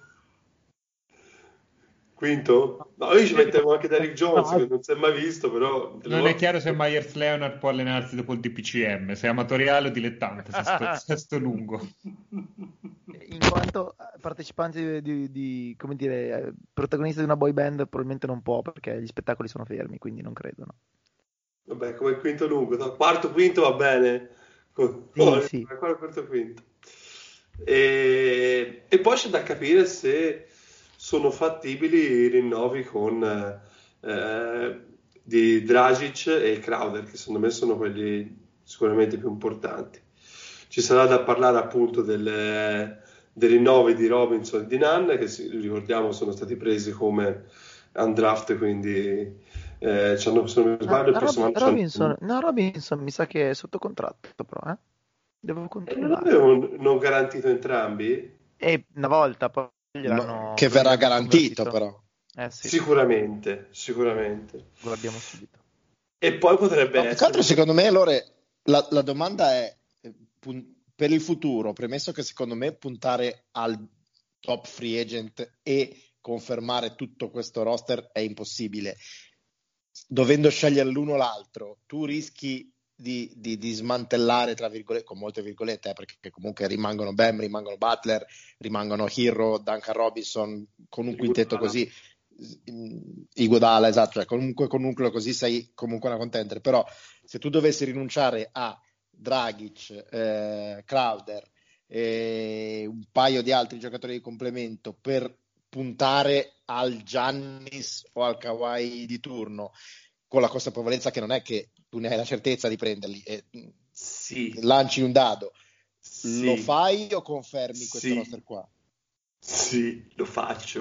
Quinto? No, io ci mettevo anche Derrick Jones, che non si è mai visto, però... Non è chiaro se Myers Leonard può allenarsi dopo il D P C M, se è amatoriale o dilettante, sesto, sesto lungo. In quanto partecipante di, di, di, come dire, protagonista di una boy band, probabilmente non può, perché gli spettacoli sono fermi, quindi non credo, no? Vabbè, come il quinto lungo, no? Quarto, quinto va bene. Sì, Oh, sì. Quarto, quarto, quinto. E, e poi c'è da capire se sono fattibili i rinnovi con eh, di Dragic e Crowder, che secondo me sono quelli sicuramente più importanti. Ci sarà da parlare appunto del, dei rinnovi di Robinson e di Nunn, che ricordiamo sono stati presi come undraft, quindi eh, c'hanno, se non mi sbaglio, il Ah, prossimo Rob- anno Robinson, no, Robinson mi sa che è sotto contratto, però, eh? Devo non controllare. avevano non garantito entrambi? E una volta poi No, gliel'hanno che verrà gliel'hanno garantito, convertito. però. Eh sì, Sicuramente, sicuramente. lo abbiamo subito. E poi potrebbe No, più che essere... altro, secondo me, Lore, la, la domanda è eh, pun- per il futuro, premesso che secondo me puntare al top free agent e confermare tutto questo roster è impossibile. Dovendo scegliere l'uno o l'altro, tu rischi di, di, di smantellare, tra virgolette, con molte virgolette, eh, perché comunque rimangono Bam, rimangono Butler, rimangono Hero, Duncan Robinson, con un quintetto così, Iguodala, esatto, cioè comunque con un nucleo così sei comunque una contender. Però se tu dovessi rinunciare a Dragic, eh, Crowder e un paio di altri giocatori di complemento per puntare al Giannis o al Kawhi di turno, con la consapevolezza che non è che tu ne hai la certezza di prenderli e Sì. lanci un dado, Sì. lo fai o confermi questo Sì. roster qua? Sì, lo faccio.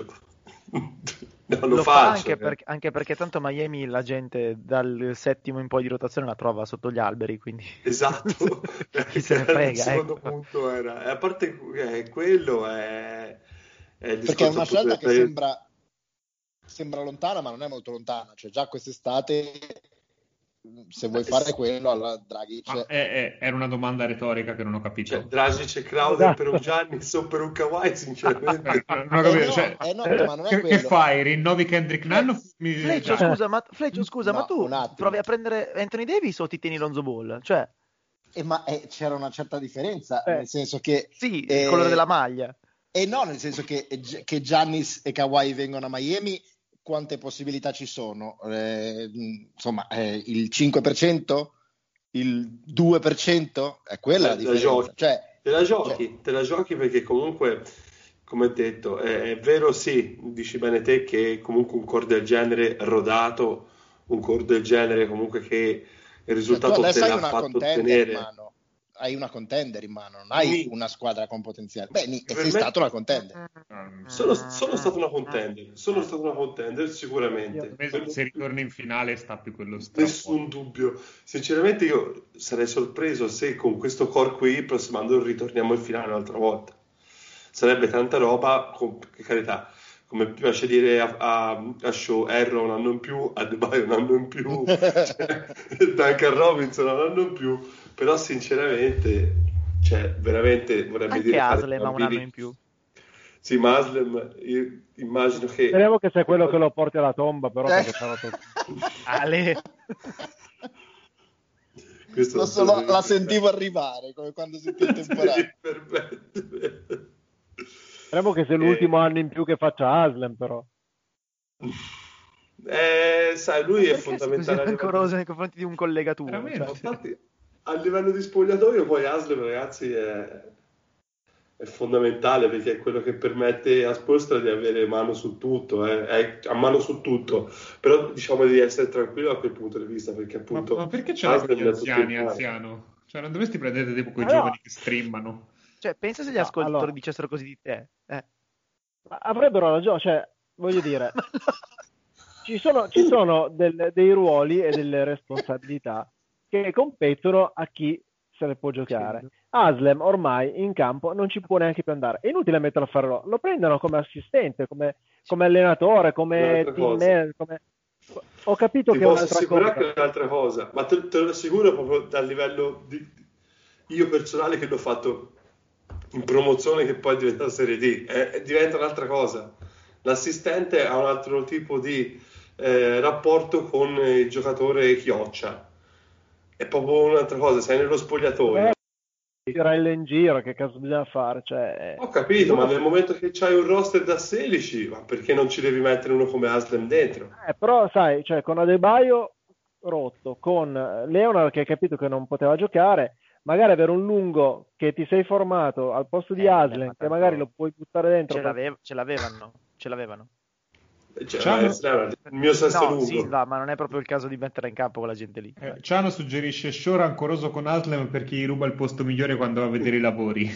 No, Lo, lo fa faccio. anche, eh. per- anche perché tanto Miami la gente dal settimo in poi di rotazione la trova sotto gli alberi, quindi Esatto. chi se ne Il frega, secondo ecco. punto era... A parte eh, quello è... è il Perché è una discorso scelta appunto che del- sembra, sembra lontana, ma non è molto lontana. Cioè, già quest'estate, se vuoi fare quello, allora Dragic. Ma è- è- era una domanda retorica che non ho capito. Cioè, Dragic e Crowder Esatto. per un Giannis o per un Kawhi, sinceramente. Eh, non ho Eh capito, no, cioè, eh no, ma non è che, che quello. fai? Rinnovi Kendrick Nunn? o mi- Fleccio, cioè, scusa, ma, Fleccio, scusa, ma No, tu un attimo. provi a prendere Anthony Davis o ti tieni Lonzo Ball? Cioè, Eh, ma eh, c'era una certa differenza, Eh. nel senso che... sì, eh, il colore della maglia. E no, nel senso che, che Giannis e Kawhi vengono a Miami, quante possibilità ci sono? Eh, insomma, eh, il cinque per cento? Il due per cento? È quella la Te la differenza. giochi. Cioè, Te la giochi, cioè- te la giochi perché comunque, come detto, è, è vero sì, dici bene te che comunque un core del genere rodato, un core del genere comunque che il cioè, tu risultato adesso te hai l'ha una fatto contender in ottenere. mano, hai una contender in mano, non hai Sì. una squadra con potenziale. Beh, ni- e Per sei me- stato una contender. Sono, sono stato una contender, sono stato una contender sicuramente. secondo me Quello- se ritorni in finale sta più quello strappo. Nessun dubbio. Sinceramente io sarei sorpreso se con questo core qui il prossimo anno ritorniamo in finale un'altra volta. Sarebbe tanta roba, con, che carità, come piace dire a, a, a Show, Erro un anno in più, Adebayo un anno in più, cioè, Duncan Robinson un anno in più, però sinceramente cioè veramente vorrebbe Anche dire fare Haslem ha un bambini. anno in più. Sì, ma Haslem, io immagino che... Speriamo che sia quello che lo porti alla tomba, però, Eh. perché ci ha rotto. Ale. Questo Lo non so, se lo la, devi la permettere. sentivo arrivare, come quando senti il Non se lo devi temporale. permettere. Speriamo che sia l'ultimo Eh, anno in più che faccia Haslem, però. eh, sai, lui è Perché sei così fondamentale a livello rancoroso di... nei confronti di un collega tuo? Veramente? Cioè, Infatti, a livello di spogliatoio poi Haslem, ragazzi, è... è fondamentale perché è quello che permette a Spoelstra di avere mano su tutto, eh. È a mano su tutto, però diciamo di essere tranquillo da quel punto di vista perché Ma, appunto ma perché ce l'hai con gli Haslem è tutto anziani, in mano. anziano? Cioè, non dovresti prendere tipo quei Ah, no. giovani che streamano? cioè, pensa se gli No, ascoltatori allora. dicessero così di te. Eh. Ma avrebbero ragione, cioè, voglio dire, Ma no. ci sono, ci sono del- dei ruoli e delle responsabilità che competono a chi se le può giocare. Haslem ormai in campo non ci può neanche più andare. È inutile metterlo a fare lo. Lo prendono come assistente, come, come allenatore, come Un'altra team cosa. manager. Come... Ho capito Ti che è posso un'altra assicurare cosa. che è un'altra cosa, ma te, te lo assicuro proprio dal livello di io personale che l'ho fatto in promozione che poi diventa Serie D, eh, diventa un'altra cosa. L'assistente ha un altro tipo di eh, rapporto con il giocatore chioccia, è proprio un'altra cosa, sei nello spogliatoio. Tirarlo in giro, che caso bisogna fare? Cioè, Ho capito, ma uno- nel momento che c'hai un roster da sedici, ma perché non ci devi mettere uno come Haslem dentro? Eh, però sai, cioè, con Adebayo rotto, con Leonard che hai capito che non poteva giocare, magari avere un lungo che ti sei formato al posto di Eh, vabbè, Haslem, ma che tanto magari lo puoi buttare dentro. ce, per- l'avev- ce l'avevano. Ce l'avevano. Cioè, Ciano, ma è il mio sesto No, lungo. sì, va, ma non è proprio il caso di metterla in campo quella gente lì. eh, Ciano suggerisce show rancoroso con Haslem perché gli ruba il posto migliore quando va a vedere i lavori.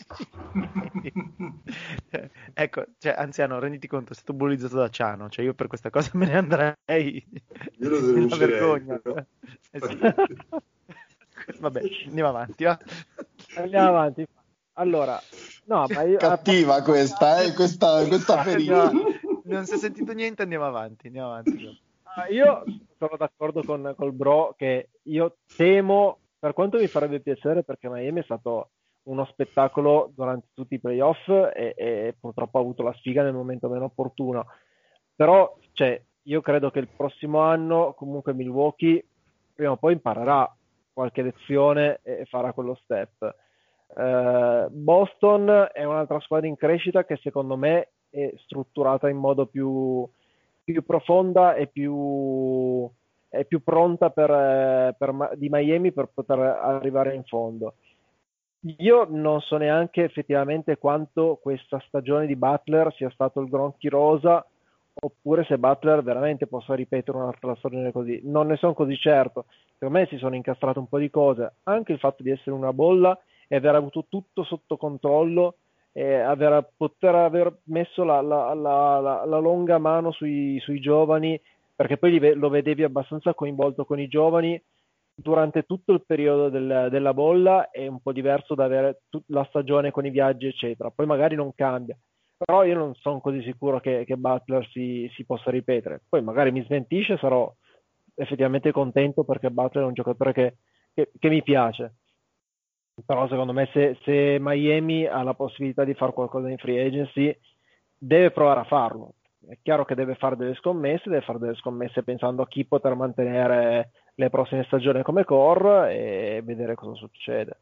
Ecco, cioè, anziano, renditi conto, è stato bullizzato da Ciano, cioè io per questa cosa me ne andrei Io lo nella denuncerei, vergogna. però. Eh sì. Vabbè, andiamo avanti, va. Andiamo avanti. Allora, no, ma io... Cattiva questa, eh, questa, questa ferita. Non si è sentito niente, andiamo avanti, andiamo avanti. Ah, io sono d'accordo con col bro che io temo, per quanto mi farebbe piacere, perché Miami è stato uno spettacolo durante tutti i playoff e, e purtroppo ha avuto la sfiga nel momento meno opportuno. Però, cioè, io credo che il prossimo anno comunque Milwaukee prima o poi imparerà qualche lezione e farà quello step. Eh, Boston è un'altra squadra in crescita che secondo me è strutturata in modo più, più profonda e più, è più pronta per, eh, per Ma- di Miami per poter arrivare in fondo. Io non so neanche effettivamente quanto questa stagione di Butler sia stato il Gronchi rosa oppure se Butler veramente possa ripetere un'altra stagione così. Non ne sono così certo. Per me si sono incastrate un po' di cose, anche il fatto di essere una bolla e aver avuto tutto sotto controllo e aver, poter aver messo la, la, la, la, la longa mano sui, sui giovani, perché poi li ve- lo vedevi abbastanza coinvolto con i giovani durante tutto il periodo del- della bolla, è un po' diverso da avere tut- la stagione con i viaggi eccetera, poi magari non cambia, però io non sono così sicuro che, che Butler si, si possa ripetere, poi magari mi smentisce, sarò effettivamente contento perché Butler è un giocatore che, che, che mi piace, però secondo me se, se Miami ha la possibilità di fare qualcosa in free agency deve provare a farlo. È chiaro che deve fare delle scommesse, deve fare delle scommesse pensando a chi poter mantenere le prossime stagioni come core e vedere cosa succede.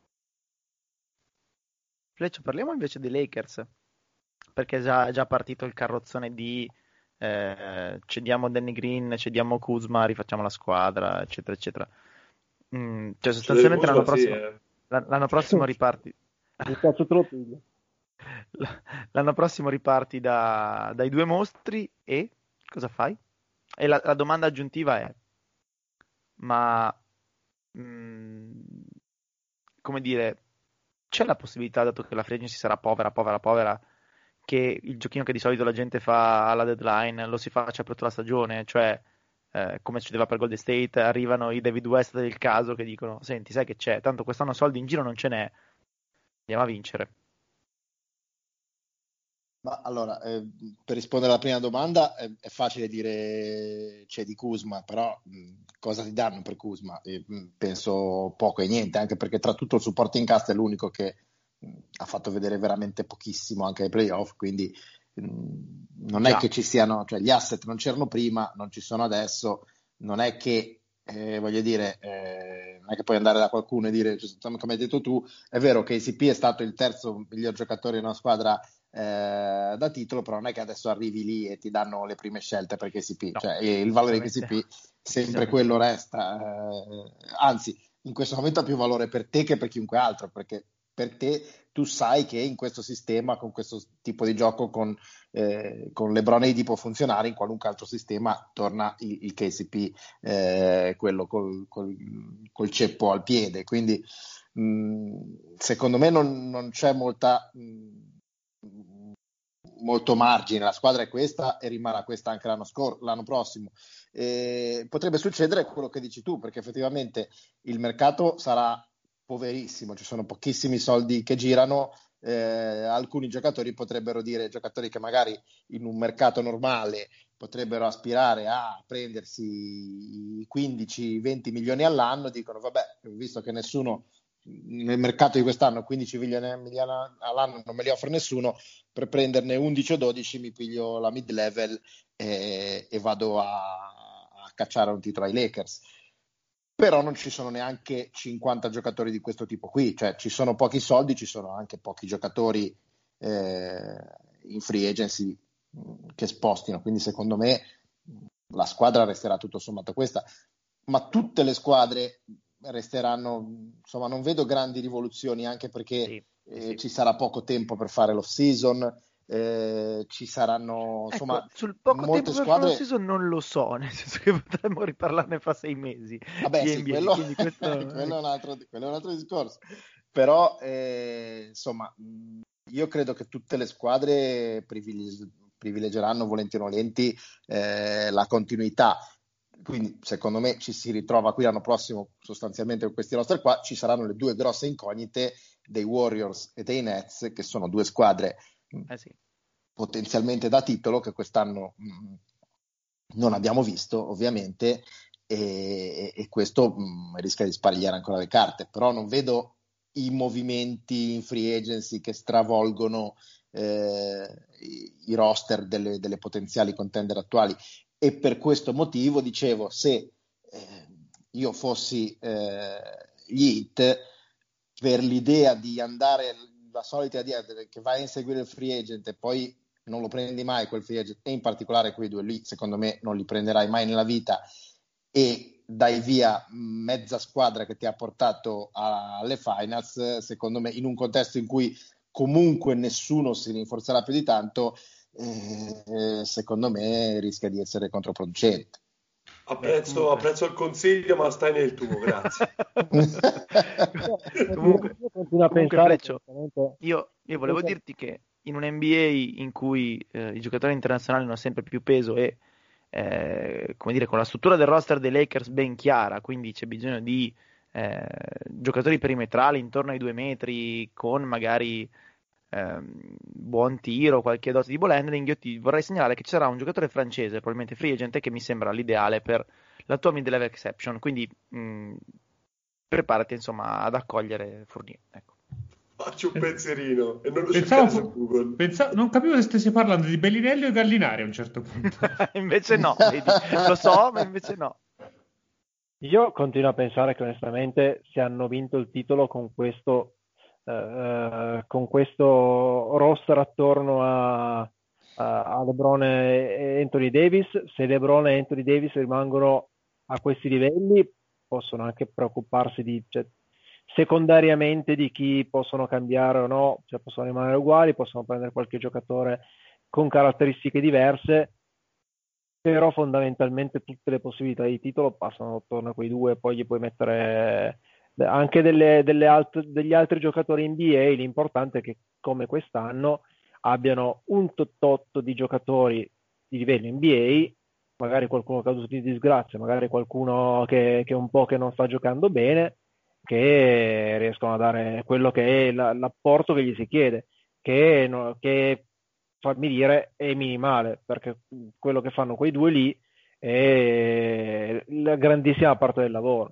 Fleccio, parliamo invece dei Lakers, perché è già, è già partito il carrozzone di eh, cediamo Danny Green, cediamo Kuzma, rifacciamo la squadra, eccetera, eccetera. Mm, cioè sostanzialmente l'anno Kuzma, sì, prossimo, eh. l'anno prossimo riparti. Il cazzo te lo piglio. L'anno prossimo riparti da- dai due mostri e cosa fai? E la, la domanda aggiuntiva è, ma mm, come dire, c'è la possibilità, dato che la free agency sarà povera, povera, povera, che il giochino che di solito la gente fa alla deadline lo si faccia per tutta la stagione, cioè eh, come succedeva per Golden State, arrivano i David West del caso che dicono, senti, sai che c'è, tanto quest'anno soldi in giro non ce n'è, andiamo a vincere. Ma allora, eh, per rispondere alla prima domanda, è, è facile dire c'è di Kuzma, però mh, cosa ti danno per Kuzma? E, mh, penso poco e niente, anche perché tra tutto il supporting cast è l'unico che mh, ha fatto vedere veramente pochissimo anche ai playoff, quindi mh, non Già. è che ci siano, cioè gli asset non c'erano prima, non ci sono adesso, non è che eh, voglio dire, eh, non è che puoi andare da qualcuno e dire, cioè, come hai detto tu, è vero che A C P è stato il terzo miglior giocatore in una squadra eh, da titolo, però non è che adesso arrivi lì e ti danno le prime scelte perché A C P, No, cioè il valore di A C P sempre decisamente. quello resta, eh, anzi in questo momento ha più valore per te che per chiunque altro, perché per te tu sai che in questo sistema, con questo tipo di gioco, con, eh, con LeBron A D può funzionare, in qualunque altro sistema torna il, il K C P, eh, quello col, col, col ceppo al piede, quindi mh, secondo me non, non c'è molta mh, molto margine, la squadra è questa e rimarrà questa anche l'anno, scor- l'anno prossimo. Eh, potrebbe succedere quello che dici tu, perché effettivamente il mercato sarà poverissimo, ci sono pochissimi soldi che girano, eh, alcuni giocatori potrebbero dire, giocatori che magari in un mercato normale potrebbero aspirare a prendersi quindici venti milioni all'anno, dicono vabbè, visto che nessuno nel mercato di quest'anno quindici milioni all'anno non me li offre nessuno, per prenderne undici o dodici mi piglio la mid level e, e vado a, a cacciare un titolo ai Lakers. Però non ci sono neanche cinquanta giocatori di questo tipo qui, cioè ci sono pochi soldi, ci sono anche pochi giocatori eh, in free agency mh, che spostino, quindi secondo me la squadra resterà tutto sommato questa, ma tutte le squadre resteranno, insomma non vedo grandi rivoluzioni, anche perché Sì, eh, sì. ci sarà poco tempo per fare l'off season, eh, ci saranno insomma Ecco, sul poco molte tempo per fare lo squadre. season non lo so, nel senso che potremmo riparlarne fra sei mesi Vabbè, di sì, N B A, quello, quindi questo... quello è un altro, quello è un altro discorso. Però, eh, insomma, mh, io credo che tutte le squadre privilegi- privilegieranno volenti o nolenti eh, la continuità. Quindi, secondo me, ci si ritrova qui l'anno prossimo sostanzialmente con questi roster qua. Ci saranno le due grosse incognite dei Warriors e dei Nets, che sono due squadre mh, Eh sì. potenzialmente da titolo che quest'anno mh, non abbiamo visto, ovviamente, e, e questo mh, rischia di sparigliare ancora le carte, però non vedo i movimenti in free agency che stravolgono eh, i, i roster delle, delle potenziali contender attuali, e per questo motivo dicevo, se eh, io fossi eh, gli Heat, per l'idea di andare, la solita idea che vai a inseguire il free agent e poi non lo prendi mai quel free agent, e in particolare quei due lì secondo me non li prenderai mai nella vita, e dai via mezza squadra che ti ha portato alle finals, secondo me in un contesto in cui comunque nessuno si rinforzerà più di tanto, eh, secondo me rischia di essere controproducente. Apprezzo, Beh, comunque... apprezzo il consiglio, ma stai nel tuo, grazie. Comunque, Io continuo a comunque pensare che Fleccio, onestamente io, io volevo dirti che in un N B A in cui eh, i giocatori internazionali hanno sempre più peso e, eh, come dire, con la struttura del roster dei Lakers ben chiara, quindi c'è bisogno di eh, giocatori perimetrali intorno ai due metri con magari ehm, buon tiro, qualche dose di ball handling, io ti vorrei segnalare che ci sarà un giocatore francese, probabilmente free agent, che mi sembra l'ideale per la tua mid-level exception, quindi mh, preparati insomma ad accogliere Fournier. Ecco. Faccio un pensierino e non lo Pensavo, cercare su fu- Google. pensa- non capivo se stessi parlando di Bellinelli o Gallinari a un certo punto. Invece no, vedi, lo so, ma invece no. Io continuo a pensare che onestamente se hanno vinto il titolo con questo, eh, con questo roster attorno a, a, a LeBron e Anthony Davis, se LeBron e Anthony Davis rimangono a questi livelli, possono anche preoccuparsi di, cioè, secondariamente di chi possono cambiare o no, cioè possono rimanere uguali, possono prendere qualche giocatore con caratteristiche diverse, però fondamentalmente tutte le possibilità di titolo passano attorno a quei due, poi gli puoi mettere anche delle, delle alt- degli altri giocatori N B A, l'importante è che come quest'anno abbiano un tot di giocatori di livello N B A, magari qualcuno caduto di disgrazia, magari qualcuno che, che un po' che non sta giocando bene, che riescono a dare quello che è la- l'apporto che gli si chiede, che, no- che fammi dire è minimale, perché quello che fanno quei due lì è la grandissima parte del lavoro.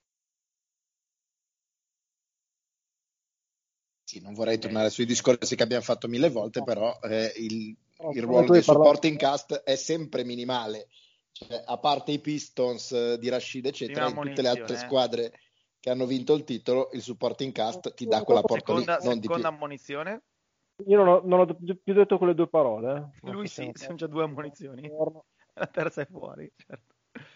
Sì, non vorrei tornare sui discorsi che abbiamo fatto mille volte, però eh, il, No, il come ruolo tu hai del parlato- supporting cast è sempre minimale. Cioè, a parte i Pistons eh, di Rashid, eccetera, Prima in tutte le altre ammonizione, eh. squadre che hanno vinto il titolo, il supporting cast ti dà quell'apporto lì, Seconda, non di più. seconda ammonizione. Io non ho, non ho più detto quelle due parole. eh. Non Lui so se sì, non- sono già due ammonizioni. La terza è fuori, certo.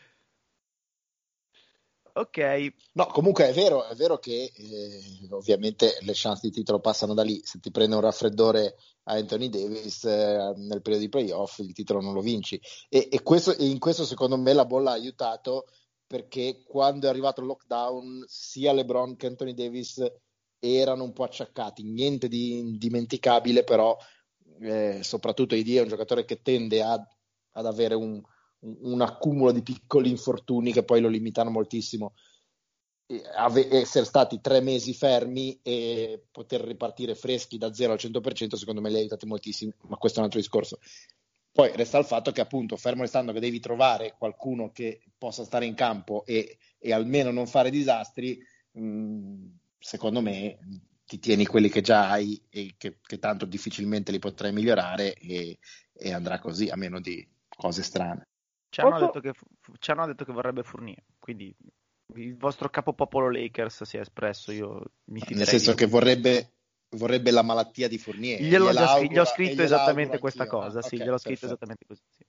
Ok, No, comunque è vero, è vero che eh, ovviamente le chance di titolo passano da lì. Se ti prende un raffreddore a Anthony Davis eh, nel periodo di playoff, il titolo non lo vinci. E, e questo, e in questo secondo me la bolla ha aiutato, perché quando è arrivato il lockdown sia LeBron che Anthony Davis erano un po' acciaccati. Niente di indimenticabile, però eh, soprattutto A D è un giocatore che tende a, ad avere un, un accumulo di piccoli infortuni che poi lo limitano moltissimo. Ave- essere stati tre mesi fermi e poter ripartire freschi da zero al cento per cento secondo me li ha aiutati moltissimo, ma questo è un altro discorso. Poi resta il fatto che appunto, fermo restando che devi trovare qualcuno che possa stare in campo e, e almeno non fare disastri, mh, secondo me ti tieni quelli che già hai e che, che tanto difficilmente li potrai migliorare, e, e andrà così, a meno di cose strane. ci hanno, Posso- detto che, ci hanno detto che vorrebbe Fournier, quindi il vostro capopopolo Lakers si è espresso, io mi Nel fiderei senso di che lui. vorrebbe, vorrebbe la malattia di Fournier, e Gliel'ho già gliela scritto, gli ho auguro, e scritto gliela auguro esattamente questa anch'io. cosa, Ah, sì, ok, gliel'ho scritto perfetto. esattamente così. Sì.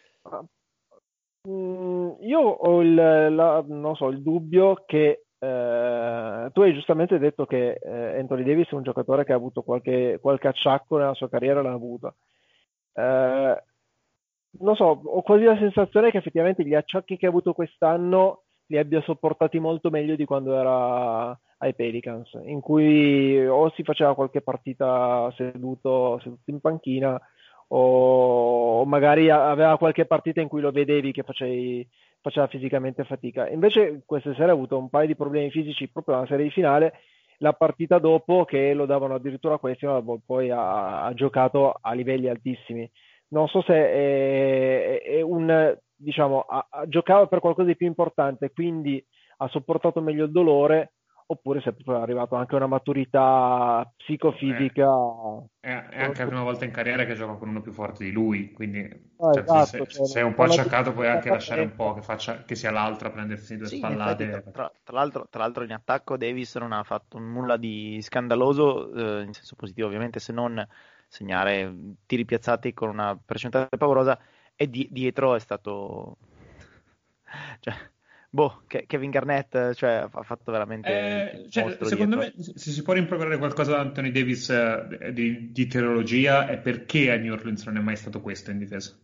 Mm, io ho il, la- non so, il dubbio che eh, tu hai giustamente detto che eh, Anthony Davis è un giocatore che ha avuto qualche, qualche acciacco nella sua carriera, l'ha avuto. Eh, non so, ho quasi la sensazione che effettivamente gli acciacchi che ha avuto quest'anno li abbia sopportati molto meglio di quando era ai Pelicans, in cui o si faceva qualche partita seduto, seduto in panchina, o magari aveva qualche partita in cui lo vedevi che facevi, faceva fisicamente fatica. Invece questa sera ha avuto un paio di problemi fisici proprio nella serie di finale. La partita dopo, che lo davano addirittura a questi, poi ha, ha giocato a livelli altissimi. Non so se è, è un, diciamo, ha, ha- giocava per qualcosa di più importante, quindi ha sopportato meglio il dolore, oppure se è proprio arrivato anche a una maturità Eh, psicofisica. È, è anche la prima volta in carriera che gioca con uno più forte di lui, quindi Ah, cioè, se, esatto, se- cioè, se è un po' non ha acciaccato puoi giocato anche lasciare un po' tempo. che, faccia, che sia l'altro a prendersi due Sì, in effetti, tra, spallate. tra- tra l'altro, tra l'altro in attacco Davis non ha fatto nulla di scandaloso, eh, in senso positivo ovviamente, se non segnare tiri piazzati con una percentuale paurosa, e di- dietro è stato... cioè, boh, Ke- Kevin Garnett, cioè, ha fatto veramente il Eh, cioè, mostro secondo dietro. me, se si può rimproverare qualcosa da Anthony Davis eh, di, di teologia, è perché a New Orleans non è mai stato questo in difesa.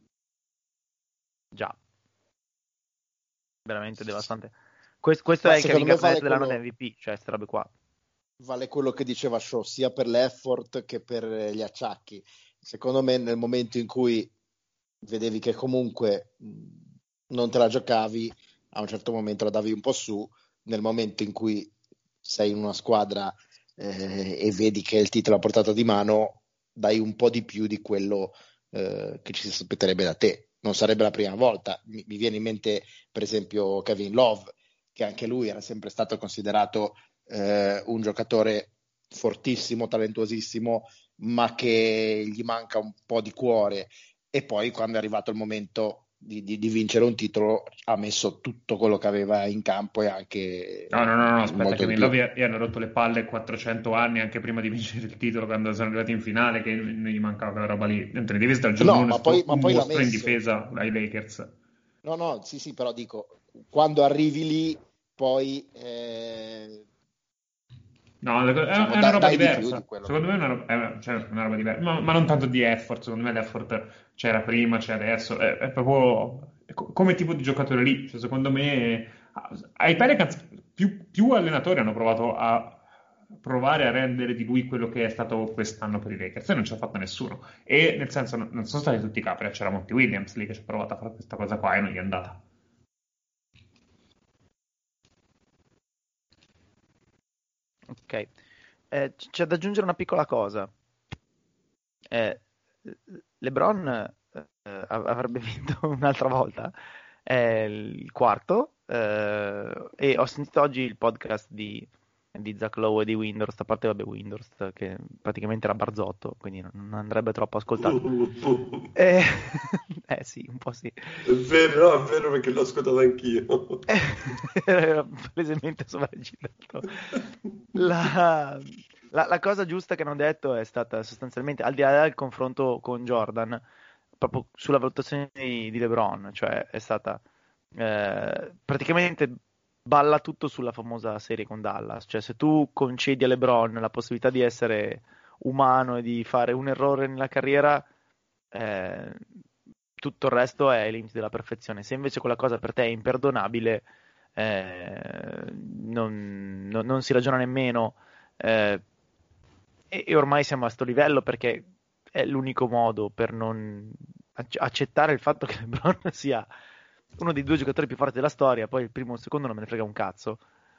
Già, veramente devastante. Quest- questo Ma è il Kevin secondo me Garnett vale dell'anno da quello, M V P, cioè, queste robe qua. vale quello che diceva Shaw, sia per l'effort che per gli acciacchi. Secondo me nel momento in cui vedevi che comunque mh, non te la giocavi, a un certo momento la davi un po' su. Nel momento in cui sei in una squadra eh, e vedi che il titolo a portata di mano, dai un po' di più di quello eh, che ci si aspetterebbe da te. Non sarebbe la prima volta. Mi, mi viene in mente per esempio Kevin Love, che anche lui era sempre stato considerato eh, un giocatore fortissimo, talentuosissimo, ma che gli manca un po' di cuore. E poi quando è arrivato il momento di, di, di vincere un titolo ha messo tutto quello che aveva in campo e anche No, no, no, no, aspetta, molto di Kevin più. Love gli hanno rotto le palle quattrocento anni anche prima di vincere il titolo, quando sono arrivati in finale, che non gli mancava quella roba lì. Anthony Davis dal giorno No, uno è ma poi, stato ma un poi l'ha mostro in messo. difesa ai Lakers. No, no, sì, sì, però dico, quando arrivi lì, poi eh, No, è diciamo, è una da- roba dai di più di diversa. quello che... Secondo me è una, roba, è cioè, una roba diversa, ma, ma non tanto di effort. Secondo me l'effort c'era prima, c'è adesso. È, è proprio è co- come tipo di giocatore lì. Cioè, secondo me ai Pelicans più, più allenatori hanno provato a provare a rendere di lui quello che è stato quest'anno per i Lakers e non ci ha fatto nessuno. E nel senso, non, non sono stati tutti capri. C'era Monty Williams lì che ci ha provato a fare questa cosa qua e non gli è andata. Ok. Eh, c- c'è da aggiungere una piccola cosa. Eh, LeBron eh, av- avrebbe vinto un'altra volta è il quarto, eh, e ho sentito oggi il podcast di, di Zach Lowe e di Windhorst, a parte vabbè Windhorst che praticamente era Barzotto, quindi non andrebbe troppo ascoltato. eh, eh sì, un po' sì. È vero, no, è vero perché l'ho ascoltato anch'io. Era palesemente sovraccitato. La, la, la cosa giusta che hanno detto è stata sostanzialmente, al di là del confronto con Jordan, proprio sulla valutazione di, di LeBron, cioè è stata eh, praticamente balla tutto sulla famosa serie con Dallas, cioè se tu concedi a LeBron la possibilità di essere umano e di fare un errore nella carriera, eh, tutto il resto è ai limiti della perfezione. Se invece quella cosa per te è imperdonabile, eh, non, non, non si ragiona nemmeno, eh, e, e ormai siamo a sto livello perché è l'unico modo per non ac- accettare il fatto che LeBron sia uno dei due giocatori più forti della storia, poi il primo e il secondo non me ne frega un cazzo.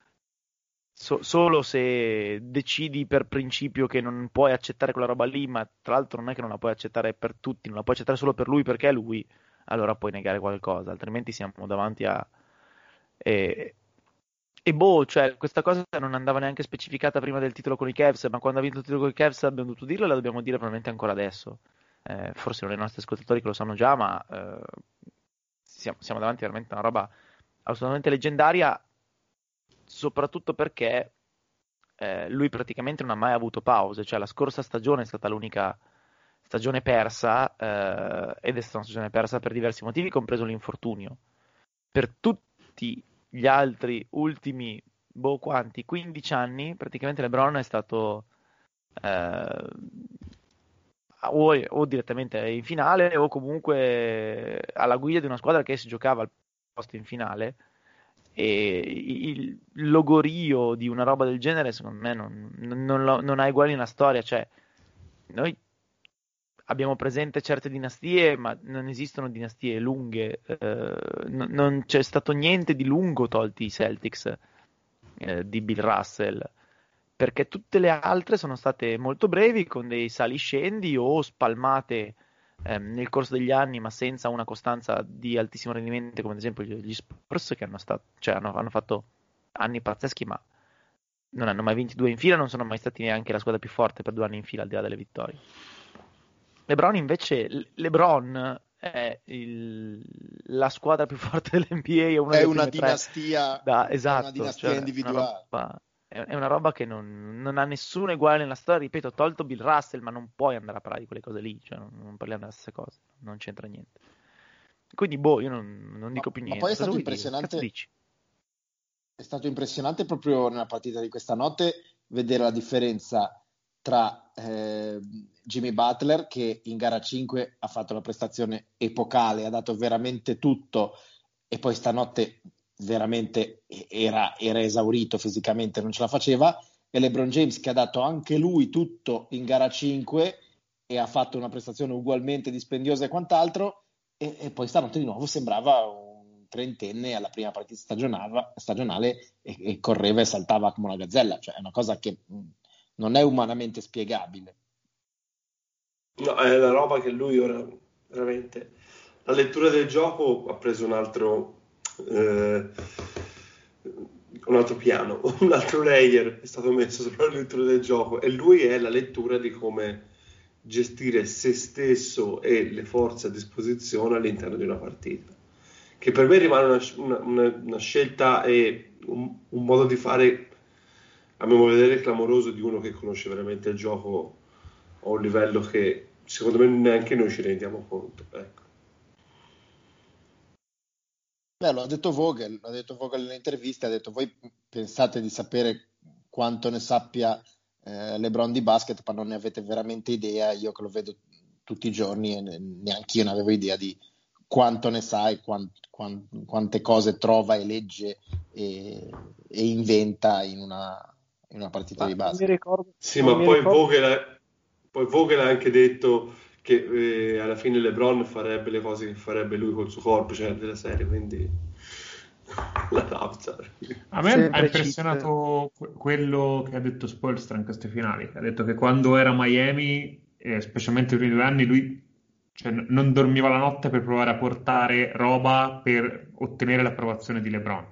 So- solo se decidi per principio che non puoi accettare quella roba lì, ma tra l'altro non è che non la puoi accettare per tutti, non la puoi accettare solo per lui perché è lui, allora puoi negare qualcosa, altrimenti siamo davanti a... E, e boh, cioè, questa cosa non andava neanche specificata prima del titolo con i Cavs, ma quando ha vinto il titolo con i Cavs abbiamo dovuto dirlo e la dobbiamo dire probabilmente ancora adesso. Eh, forse non i nostri ascoltatori che lo sanno già, ma eh, siamo, siamo davanti veramente a una roba assolutamente leggendaria, soprattutto perché eh, lui praticamente non ha mai avuto pause, cioè la scorsa stagione è stata l'unica stagione persa, eh, ed è stata una stagione persa per diversi motivi, compreso l'infortunio. Per tutti gli altri ultimi, boh quanti, quindici anni, praticamente LeBron è stato eh, o, o direttamente in finale o comunque alla guida di una squadra che si giocava al posto in finale, e il logorio di una roba del genere secondo me non, non, non, lo- non ha uguali nella storia, cioè noi abbiamo presente certe dinastie, ma non esistono dinastie lunghe, eh, n- non c'è stato niente di lungo tolti i Celtics eh, di Bill Russell, perché tutte le altre sono state molto brevi, con dei saliscendi o spalmate ehm, nel corso degli anni, ma senza una costanza di altissimo rendimento, come ad esempio gli gli Spurs, che hanno, stat- cioè, hanno, hanno fatto anni pazzeschi, ma non hanno mai vinto due in fila, non sono mai stati neanche la squadra più forte per due anni in fila, al di là delle vittorie. LeBron invece, Le- LeBron è il- la squadra più forte dell'N B A, è una È delle una prime tre dinastia, da, è una esatto, dinastia cioè una individuale. roba, è, è una roba che non, non ha nessuno uguale nella storia, ripeto, tolto Bill Russell, ma non puoi andare a parlare di quelle cose lì, cioè non, non parliamo delle stesse cose, non c'entra niente. Quindi, boh, io non, non Ma, dico più ma poi niente, è cosa stato vuoi dire? Che cazzo impressionante, dici? è stato impressionante proprio nella partita di questa notte vedere la differenza tra eh, Jimmy Butler, che in gara cinque ha fatto la prestazione epocale, ha dato veramente tutto, e poi stanotte veramente era, era esaurito fisicamente, non ce la faceva, e LeBron James, che ha dato anche lui tutto in gara cinque e ha fatto una prestazione ugualmente dispendiosa e quant'altro, e, e poi stanotte di nuovo sembrava un trentenne alla prima partita stagionale, stagionale e, e correva e saltava come una gazzella, cioè è una cosa che mh, non è umanamente spiegabile. No, è la roba che lui ora veramente. La lettura del gioco ha preso un altro, eh, un altro piano, un altro layer è stato messo sopra la lettura del gioco, e lui è la lettura di come gestire se stesso e le forze a disposizione all'interno di una partita, che per me rimane una, una- una- una scelta e un, un modo di fare, a mio modo di vedere, clamoroso di uno che conosce veramente il gioco a un livello che secondo me neanche noi ci rendiamo conto. Ecco. Beh, l'ha detto Vogel, l'ha detto Vogel nell'intervista, ha detto voi pensate di sapere quanto ne sappia eh, LeBron di basket, ma non ne avete veramente idea, io che lo vedo tutti i giorni e ne- neanche io ne avevo idea di quanto ne sa e quan- quan- quante cose trova e legge e, e inventa in una, in una partita Ma di non mi basket. ricordo, Sì, non ma mi poi ricordo. Vogel, poi Vogel ha anche detto che eh, alla fine LeBron farebbe le cose che farebbe lui col suo corpo, cioè della serie, quindi la lapsa. A me ha Sempre cheat. impressionato que- quello che ha detto Spoelstra in queste finali. Ha detto che quando era a Miami, e specialmente i primi due anni, lui cioè n- non dormiva la notte per provare a portare roba per ottenere l'approvazione di LeBron.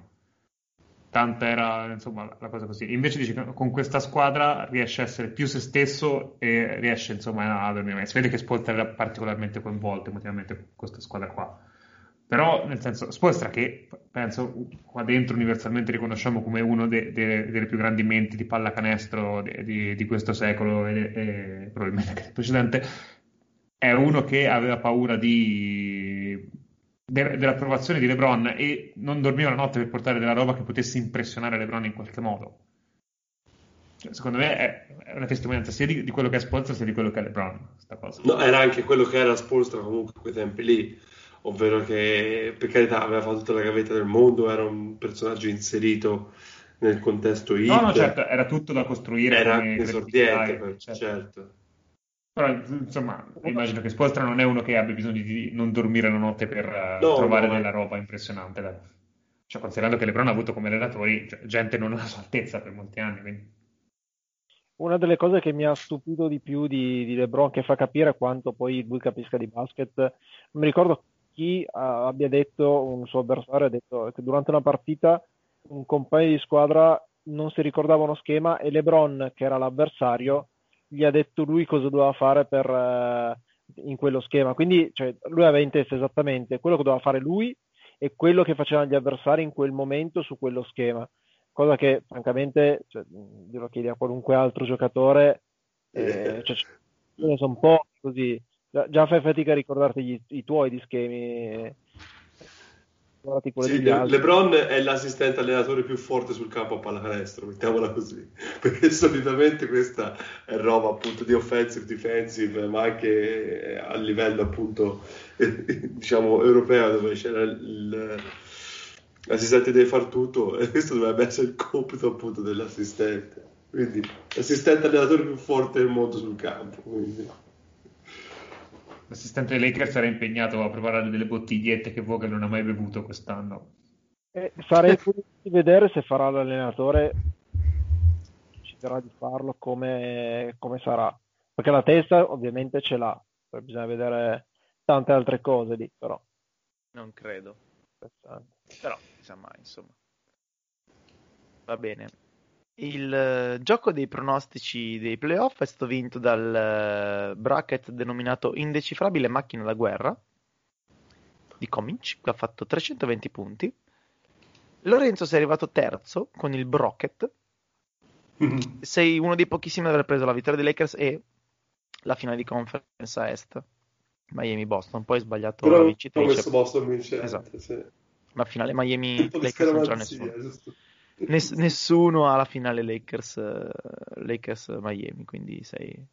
Tanta era, insomma, la cosa così. Invece dice che con questa squadra riesce a essere più se stesso e riesce, insomma, a dormire. Si vede che Spoelstra era particolarmente coinvolto emotivamente con questa squadra qua. Però, nel senso, Spoelstra che, penso, qua dentro universalmente riconosciamo come uno de- de- delle più grandi menti di pallacanestro de- di, di questo secolo e, e probabilmente anche del precedente, è uno che aveva paura di de- dell'approvazione di LeBron e non dormiva la notte per portare della roba che potesse impressionare LeBron in qualche modo. Cioè, secondo me è, è una testimonianza sia di, di quello che è Spoelstra sia di quello che è LeBron, sta cosa. No, era anche quello che era Spoelstra comunque a quei tempi lì, ovvero che per carità aveva fatto tutta la gavetta del mondo, era un personaggio inserito nel contesto hit. No, no, certo, era tutto da costruire era come anche esordiente, credibilità, per- certo. certo. Però, insomma, immagino che Spoelstra non è uno che abbia bisogno di non dormire la notte per eh, No, trovare no, della eh. roba impressionante. dai. Cioè, considerando che LeBron ha avuto come allenatori cioè, gente non alla sua altezza per molti anni. Quindi... Una delle cose che mi ha stupito di più di, di LeBron, che fa capire quanto poi lui capisca di basket, non mi ricordo chi uh, abbia detto, un suo avversario ha detto che durante una partita un compagno di squadra non si ricordava uno schema e LeBron, che era l'avversario, gli ha detto lui cosa doveva fare per, uh, in quello schema. Quindi cioè, lui aveva in testa esattamente quello che doveva fare lui e quello che facevano gli avversari in quel momento su quello schema. Cosa che francamente cioè, glielo chiedi a qualunque altro giocatore, eh, cioè, ce ne sono pochi così, già, già fai fatica a ricordarti gli, i tuoi di schemi, guardati quelli Sì, degli Le- altri. LeBron è l'assistente allenatore più forte sul campo a pallacanestro, mettiamola così, perché solitamente questa è roba appunto di offensive, defensive, ma anche a livello appunto diciamo europeo dove c'era il, l'assistente deve far tutto e questo dovrebbe essere il compito appunto dell'assistente, quindi l'assistente allenatore più forte del mondo sul campo, quindi. L'assistente dei Lakers era impegnato a preparare delle bottigliette che Vogel non ha mai bevuto quest'anno. E sarei curioso di vedere se farà l'allenatore, deciderà di farlo, come, come sarà, perché la testa ovviamente ce l'ha, poi bisogna vedere tante altre cose lì, però. Non credo. Però, chissà mai, insomma. Va bene. Il eh, gioco dei pronostici dei playoff è stato vinto dal eh, bracket denominato Indecifrabile Macchina da Guerra di Comic, che ha fatto trecentoventi punti. Lorenzo sei arrivato terzo con il Brocket. Sei uno dei pochissimi ad aver preso la vittoria dei Lakers e la finale di conference a Est. Miami-Boston, poi hai sbagliato Però la ho vincitrice. messo Boston vincente, Esatto. sì. La finale Un po' Miami-Lakers di non c'era scaramanzia, nessuno. giusto? Ness- nessuno ha la finale Lakers, eh, Lakers Miami, quindi sei,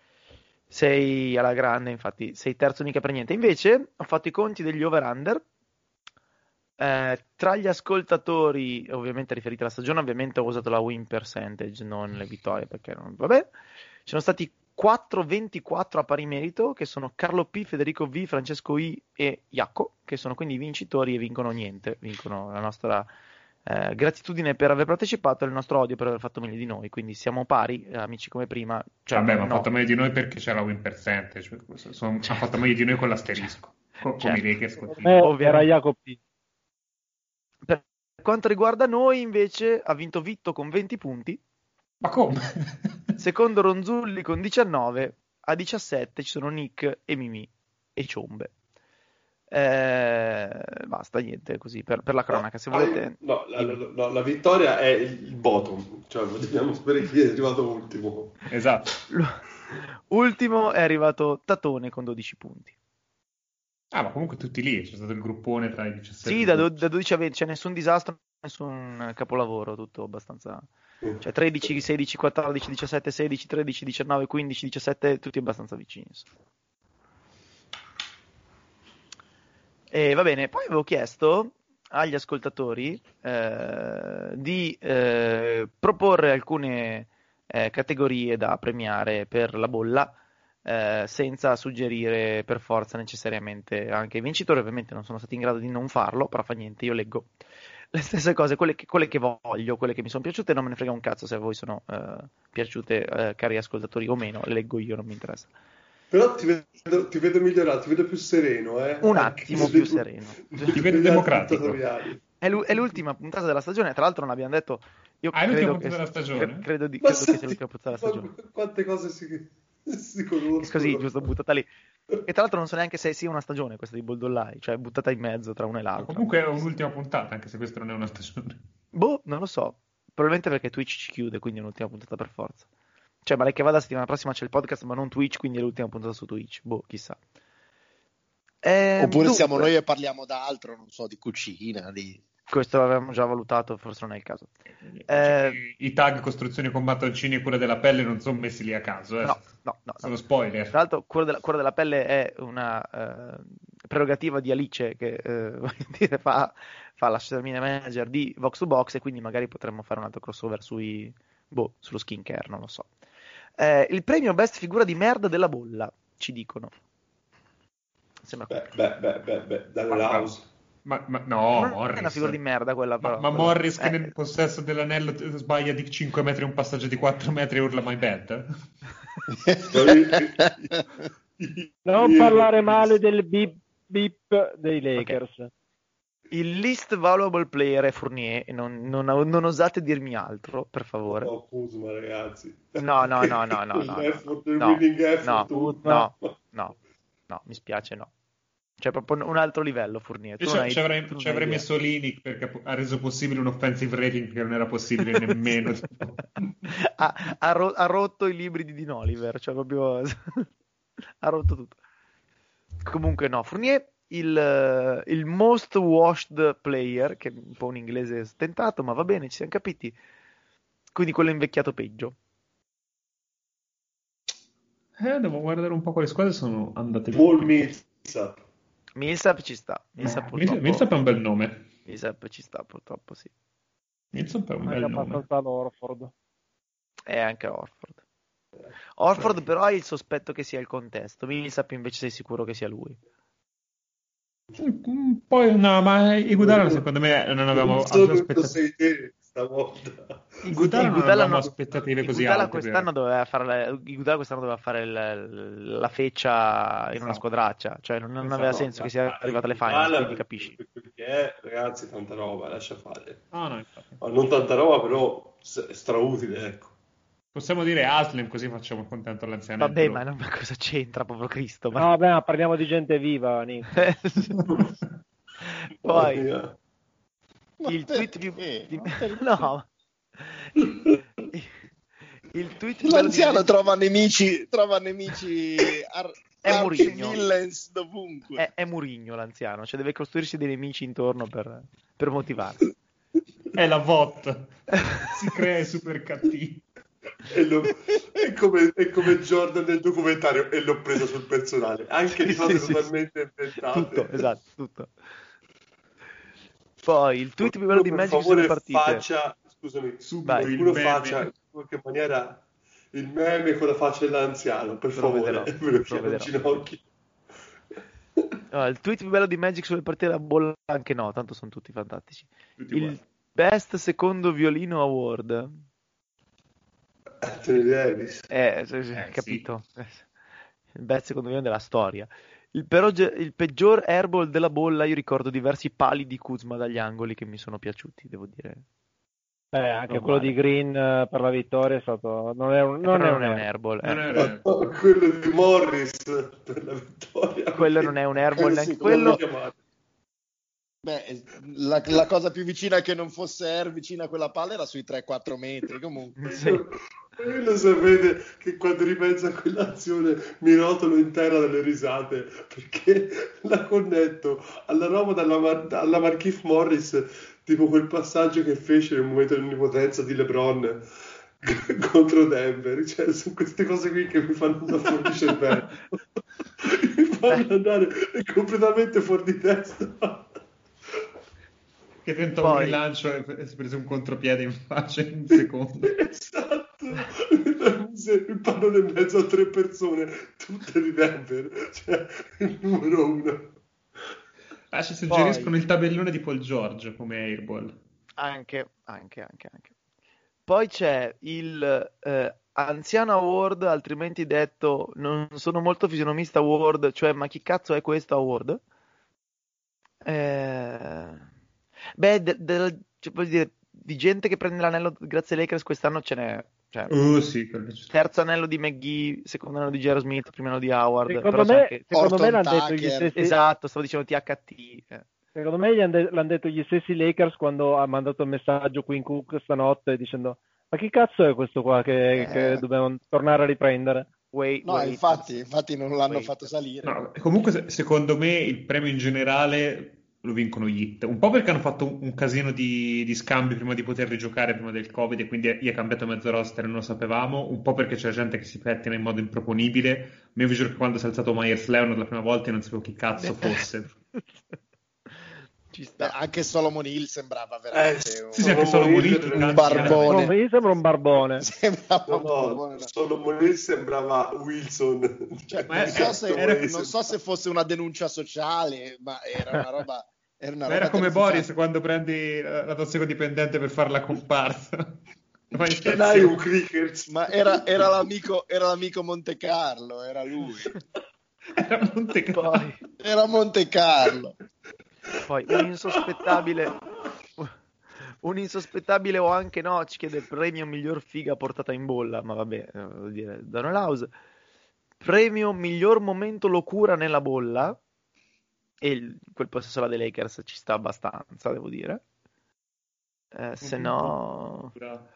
sei alla grande, infatti sei terzo mica per niente. Invece ho fatto i conti degli over-under. Eh, tra gli ascoltatori, ovviamente riferiti alla stagione, ovviamente ho usato la win percentage, non le vittorie, perché non... vabbè. Ci sono stati quattro ventiquattro a pari merito, che sono Carlo P, Federico V, Francesco I e Iacco, che sono quindi i vincitori e vincono niente, vincono la nostra eh, gratitudine per aver partecipato e il nostro odio per aver fatto meglio di noi, quindi siamo pari, eh, amici come prima. Cioè, Vabbè, no, ma ha no. fatto meglio di noi perché c'è la win percentage. Cioè, sono- ha fatto meglio di noi con l'asterisco, co- come Certo. i Lakers. Per continuano. me era Ovviamente. Jacopi. Per quanto riguarda noi, invece, ha vinto Vitto con venti punti. Ma come? Secondo Ronzulli con diciannove, a diciassette ci sono Nick e Mimì e Ciombe. Eh, basta, niente, così per, per la cronaca. Se No, volete, no, la, dimmi. la- la- la vittoria è il, il bottom, cioè dobbiamo sapere chi è arrivato ultimo. Esatto. Ultimo è arrivato Tatone con dodici punti. Ah, ma comunque tutti lì, c'è stato il gruppone tra i diciassette. Sì, da, do- da dodici a venti, c'è nessun disastro, nessun capolavoro, tutto abbastanza... Cioè tredici, sedici, quattordici, diciassette, sedici, tredici, diciannove, quindici, diciassette, tutti abbastanza vicini. Insomma. E va bene, poi avevo chiesto agli ascoltatori eh, di eh, proporre alcune eh, categorie da premiare per la bolla, eh, senza suggerire per forza necessariamente anche i vincitori. Ovviamente non sono stati in grado di non farlo, però fa niente, io leggo le stesse cose, quelle che, quelle che voglio, quelle che mi sono piaciute, non me ne frega un cazzo se a voi sono eh, piaciute, eh, cari ascoltatori, o meno, le leggo io, non mi interessa. Però ti vedo, ti vedo migliorato, ti vedo più sereno, eh? Un Anche attimo sui- più sereno. Ti vedo democratico. tutoriali. È, l'u- è l'ultima puntata della stagione, tra l'altro non abbiamo detto, io Ah, è l'ultima credo che, puntata della stagione? cre- credo, di- Ma credo che sia senti, l'ultima puntata della ma stagione. qu- quante cose si, si conoscono. Così, giusto, buttata lì. E tra l'altro non so neanche se sia una stagione questa di Boldollai, cioè buttata in mezzo tra una e Ma l'altra. comunque è un'ultima puntata, anche se questa non è una stagione. Boh, non lo so. Probabilmente perché Twitch ci chiude, quindi è un'ultima puntata per forza. Cioè, male che vada, settimana prossima c'è il podcast, ma non Twitch, quindi è l'ultima puntata su Twitch. Boh, chissà. Ehm, Oppure dunque, siamo noi e parliamo d'altro, non so, di cucina, di... questo l'avevamo già valutato, forse non è il caso. Eh, I, I tag costruzioni con mattoncini e cura della pelle non sono messi lì a caso, eh. no, no, no. Sono no. spoiler. Tra l'altro, cura della, cura della pelle è una eh, prerogativa di Alice che eh, voglio dire, fa, fa la social media manager di Vox to Box e quindi magari potremmo fare un altro crossover sui, boh, sullo skincare, non lo so. Eh, il premio Best Figura di merda della bolla, ci dicono. Sembra Beh, beh, beh, beh, beh, Daniel Ma- House. Ma, ma no, non Morris. è una figura di merda quella, Ma, però. ma quella- Morris che eh. nel possesso dell'anello t- sbaglia di cinque metri un passaggio di quattro metri e urla my bad? Non parlare male del bip bip dei Lakers. Il least valuable player è Fournier, e non, non, non osate dirmi altro, per favore. No, Kuzma, ragazzi. No, no, no, no, no, no, L'effort, il no, winning effort, no, tutto. no, no, no, mi spiace, no. C'è proprio un altro livello, Fournier. Tu Io non ci, hai- ci avrei, tu non ci hai avrei idea. messo Linick perché ha reso possibile un offensive rating che non era possibile nemmeno. ha, ha ro- ha rotto i libri di Dean Oliver, cioè proprio ha rotto tutto. Comunque no, Fournier il, eh, il most washed player, che è un po' un inglese stentato, ma va bene, ci siamo capiti. Quindi quello invecchiato peggio. Eh, devo guardare un po' quale squadre sono andate via. Paul Millsap. Millsap ci sta. Millsap Eh, purtroppo. Millsap è un bel nome. Millsap ci sta purtroppo, sì. Millsap è un Anche bel nome. abbastanza l'Orford. E anche Orford. Orford però ha il sospetto che sia il contesto. Millsap invece sei sicuro che sia lui. Mm, Poi no, ma Iguodala secondo me non avevamo Non so quanto aspettative. sei te stavolta. Iguodala non Iguodala avevamo no- aspettative così Iguodala alte. quest'anno vero? doveva fare la, Iguodala quest'anno doveva fare il- la feccia in una Esatto. squadraccia, cioè non, non Esatto. aveva senso che sia arrivata alle finals, Iguodala, quindi capisci. Perché, ragazzi, tanta roba, lascia fare. No, no, infatti. Ma non tanta roba, però s- strautile, ecco. Possiamo dire Haslem così facciamo contento l'anziano. Vabbè, ma, non- ma cosa c'entra, povero Cristo? Ma... No, vabbè, ma parliamo di gente viva, Nick. Poi Mamma mia. il tweet più... perché? di- Ma perché? No, il tweet più bello di L'anziano trova nemici, trova nemici ar- È archi Mourinho. villains dovunque. è, è Mourinho l'anziano, cioè deve costruirsi dei nemici intorno per, per motivarsi. È la V O T. Si crea i super cattivi. E lo- è, come, è come Jordan nel documentario e l'ho preso sul personale, anche di Sì, cose sì, sì, totalmente inventate. Tutto, esatto, tutto. Poi il tweet più Qualcuno, bello di per Magic favore, sulle partite. faccia, scusami, Subito Vai. il qualcuno meme. faccia in qualche maniera il meme con la faccia dell'anziano, per Lo favore, vedrò, me lo lo piano vedrò. ginocchio. No, il tweet più bello di Magic sulle partite della bolla anche no, tanto sono tutti fantastici. Tutti Il uguali. best secondo violino award. Anthony Davis. Eh, sì, sì, Eh, capito. Il best secondo violino della storia. Il, però, il peggior airball della bolla, io ricordo diversi pali di Kuzma dagli angoli che mi sono piaciuti, devo dire. Eh, anche Non quello male. di Green eh, per la vittoria è stato... Non è un, non Però è non un è un airball. airball. Non eh. era- Oh, quello di Morris per la vittoria. Quello non è un airball Eh, neanche sì, Come lo quello. chiamate? Beh, la, la cosa più vicina che non fosse air vicina a quella palla era sui tre quattro metri comunque. Sì. Voi lo sapete che quando ripenso a quell'azione mi rotolo intera dalle risate perché la connetto alla roba dalla Mar- alla Markieff Morris, tipo quel passaggio che fece nel momento dell'onnipotenza di LeBron contro Denver, cioè sono queste cose qui che mi fanno andare fuori di cervello, mi fanno andare completamente fuori di testa. Che tentò Poi- un rilancio e si prese un contropiede in faccia in un secondo. Esatto, il pallone in mezzo a tre persone, tutte di Denver, cioè il numero uno. Ah, ci suggeriscono il tabellone di Paul George come airball. Anche, anche, anche, anche. Poi c'è il eh, Anziano Award, altrimenti detto non sono molto fisionomista Award, cioè ma chi cazzo è questo Award? Eh... Beh, de- de- cioè, voglio dire, di gente che prende l'anello grazie ai Lakers quest'anno ce n'è. Cioè, Uh, sì, quello ci sta. terzo anello di McGee, secondo anello di J R. Smith, primo anello di Howard. Secondo però c'è me, anche... secondo me Horton l'hanno detto gli Tucker. stessi. Esatto, stavo dicendo T H T. eh. Secondo me gli han de- l'hanno detto gli stessi Lakers quando ha mandato il messaggio Quinn Cook stanotte dicendo ma chi cazzo è questo qua che, Eh. che dobbiamo tornare a riprendere? Wait, No, wait. infatti, infatti non l'hanno Wait. fatto salire. No, comunque se- secondo me il premio in generale lo vincono gli Heat, un po' perché hanno fatto un, un casino di, di scambi prima di poter rigiocare prima del Covid e quindi gli è cambiato mezzo roster e non lo sapevamo, un po' perché c'è gente che si pettina in modo improponibile. Ma io vi giuro che quando si è alzato Myers Leonard la prima volta io non sapevo chi cazzo fosse. Ci Beh, sta. anche Solomon Hill sembrava veramente Eh, un, Sì, sì, anche solo Monito, un anzi, barbone. No, mi sembra un barbone. Sembrava No, un no, barbone. solo Monil sembrava Wilson. Cioè, Ma non, è- so è- se, era- non so se fosse una denuncia sociale, ma era una roba. Era, una Ma roba era come terrificante. Boris quando prendi la la tossicodipendente per fare la comparsa. Vai in Ce n'hai un stazione. cricket. Ma era, era l'amico, era l'amico Monte Carlo, era lui. Era Monte Carlo. Poi, Era Monte Carlo. poi un insospettabile, un insospettabile o anche no, ci chiede premio miglior figa portata in bolla, ma vabbè, eh, vuol dire Daniel House. Premio miglior momento locura nella bolla, e il- quel possesso là dei Lakers ci sta abbastanza, devo dire. Eh, se no,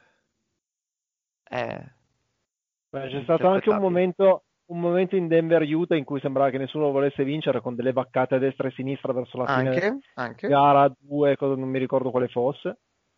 eh, Beh, c'è stato anche un interpretabile. momento, un momento in Denver Utah in cui sembrava che nessuno volesse vincere con delle vaccate a destra e a sinistra verso la fine della Anche, anche. gara due, cosa- non mi ricordo quale fosse.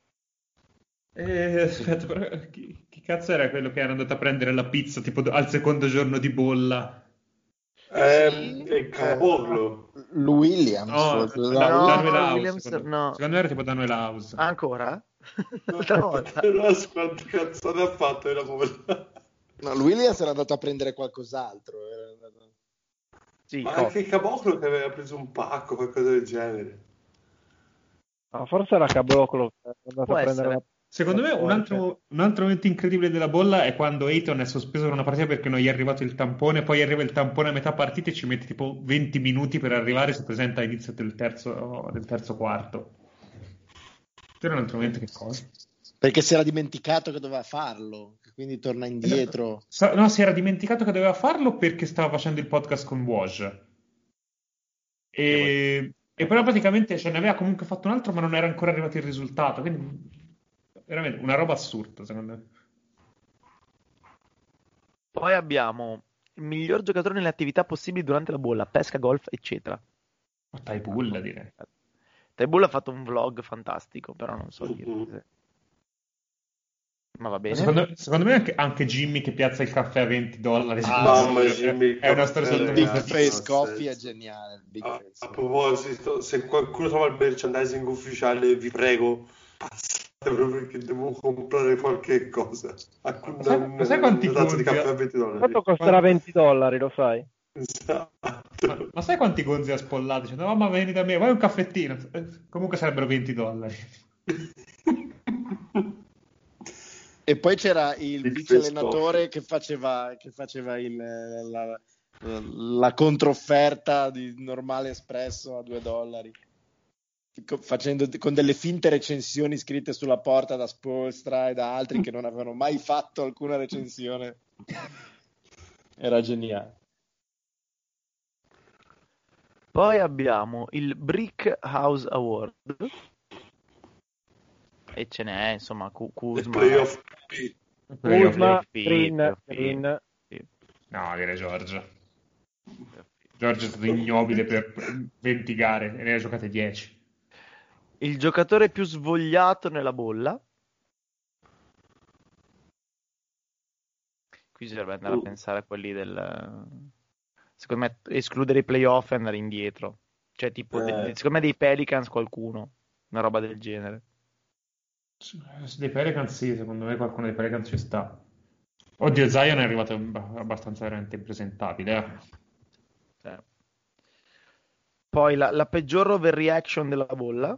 Eh, aspetta, però, chi, chi cazzo era quello che era andato a prendere la pizza tipo al secondo giorno di bolla? Ehm, è Caboclo. Lu Williams, No, forse. da- No, no, Daniel House, Williams, secondo, no. secondo me era tipo Daniel House. Ancora? L'altra volta? Però quante cazzate ha fatto era povera. no, Lu Williams era andato a prendere qualcos'altro. Era andato- Sì, Ma coffee. anche il Caboclo che aveva preso un pacco, qualcosa del genere. No, forse era Caboclo che è andato Può a prendere essere. la... Secondo me un fuori, altro, un altro momento incredibile della bolla è quando Ayton è sospeso per una partita perché non gli è arrivato il tampone, poi arriva il tampone a metà partita e ci mette tipo venti minuti per arrivare, si presenta all'inizio del terzo, del terzo quarto. C'era un altro momento che cosa? Perché si era dimenticato che doveva farlo, quindi torna indietro. Sa- No, si era dimenticato che doveva farlo perché stava facendo il podcast con Woj. E, e però praticamente ce ne aveva comunque fatto un altro, ma non era ancora arrivato il risultato. Quindi veramente una roba assurda, secondo me. Poi abbiamo il miglior giocatore nelle attività possibili durante la bolla, pesca, golf, eccetera. Ma Tai Bulla, direi. Tai Bull ha fatto un vlog fantastico, però non so dire. Mhm. Ma va bene. Secondo, secondo me anche, anche Jimmy che piazza il caffè a venti dollari Ah, Mamma, è, Jimmy, è una storia caffè, Big sottovalutata. Face no, Coffee è senso. geniale. il Big A, Face. a proposito, se qualcuno trova il merchandising ufficiale, vi prego, passate proprio perché devo comprare qualche cosa. A cui Ma sai- una- ma sai quanti una tazza di conti caffè ha- a venti dollari. Quanto costerà venti dollari, lo sai? Esatto. Ma, ma sai quanti gonzi ha spollato dicendo mamma vieni da me, vuoi un caffettino? Eh, Comunque sarebbero venti dollari. E poi c'era il Big vice Face allenatore che faceva, che faceva il, la, la controfferta di normale espresso a due dollari, Co- facendo con delle finte recensioni scritte sulla porta da Spoelstra e da altri che non avevano mai fatto alcuna recensione. Era geniale. Poi abbiamo il Brick House Award. E ce n'è, insomma, Ku- Il Kuzma. playoff. Kuzma, Sì, Green, playoff, Green. sì. No, direi Giorgio. Giorgio è stato ignobile per venti gare e ne ha giocate dieci. Il giocatore più svogliato nella bolla. Qui bisognerebbe andare a Uh. pensare a quelli del... Secondo me escludere i playoff e andare indietro. Cioè tipo, Eh. de- secondo me dei Pelicans qualcuno. Una roba del genere. Dei Pelicans sì, secondo me qualcuno dei Pelicans ci sta. Oddio, Zion è arrivato ab- abbastanza veramente impresentabile. eh. Cioè. Poi la, la peggior overreaction della bolla.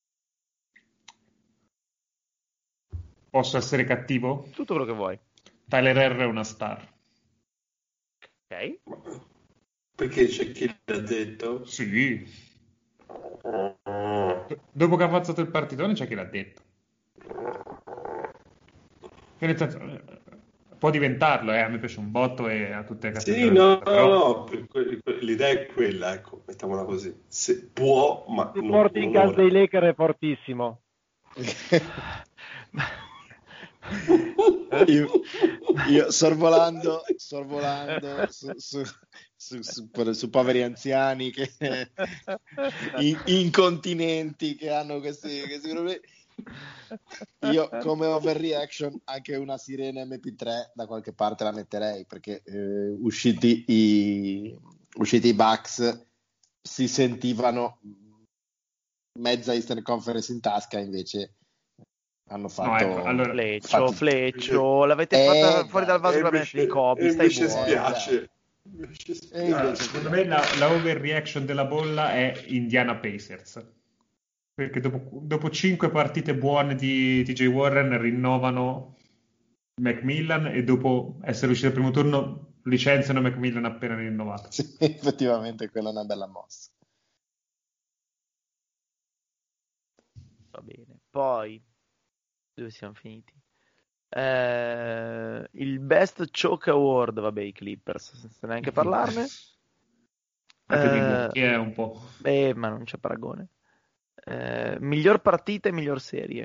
Posso essere cattivo? Tutto quello che vuoi. Tyler Herro è una star. Ok. Perché c'è chi l'ha detto? Sì. Dopo che ha avanzato il partitone c'è chi l'ha detto. Che nel senso, eh, può diventarlo, eh, a me piace un botto e a tutte le Sì, categorie. no, Però... no, no, per que- que- l'idea è quella, ecco, mettiamola così. Se può, ma Tu non, porti in non casa ora. dei Lakers è fortissimo. io, io sorvolando, sorvolando su, su, su, su, su, su poveri anziani che, in, incontinenti che hanno questi, questi problemi. Io come overreaction anche una sirena M P tre da qualche parte la metterei, perché eh, usciti i usciti i Bucks si sentivano mezza Eastern Conference in tasca, invece hanno fatto No, ecco, allora... Fleccio, fatti- Fleccio, l'avete Eh, fatta fuori dai. dal vaso E con la mente di invece, Kobe, e stai invece buono. spiace. Invece E invece spiace. Secondo me la, la overreaction della bolla è Indiana Pacers. Perché dopo, dopo cinque partite buone di T J Warren rinnovano Macmillan e dopo essere uscito al primo turno licenziano Macmillan appena rinnovato. Sì, effettivamente quella è una bella mossa. Va bene. Poi, dove siamo finiti? Eh, il Best Choke Award, vabbè, i Clippers, senza neanche parlarne. Anche Eh, Milwaukee è un po'... Beh, ma non c'è paragone. Eh, miglior partita e miglior serie.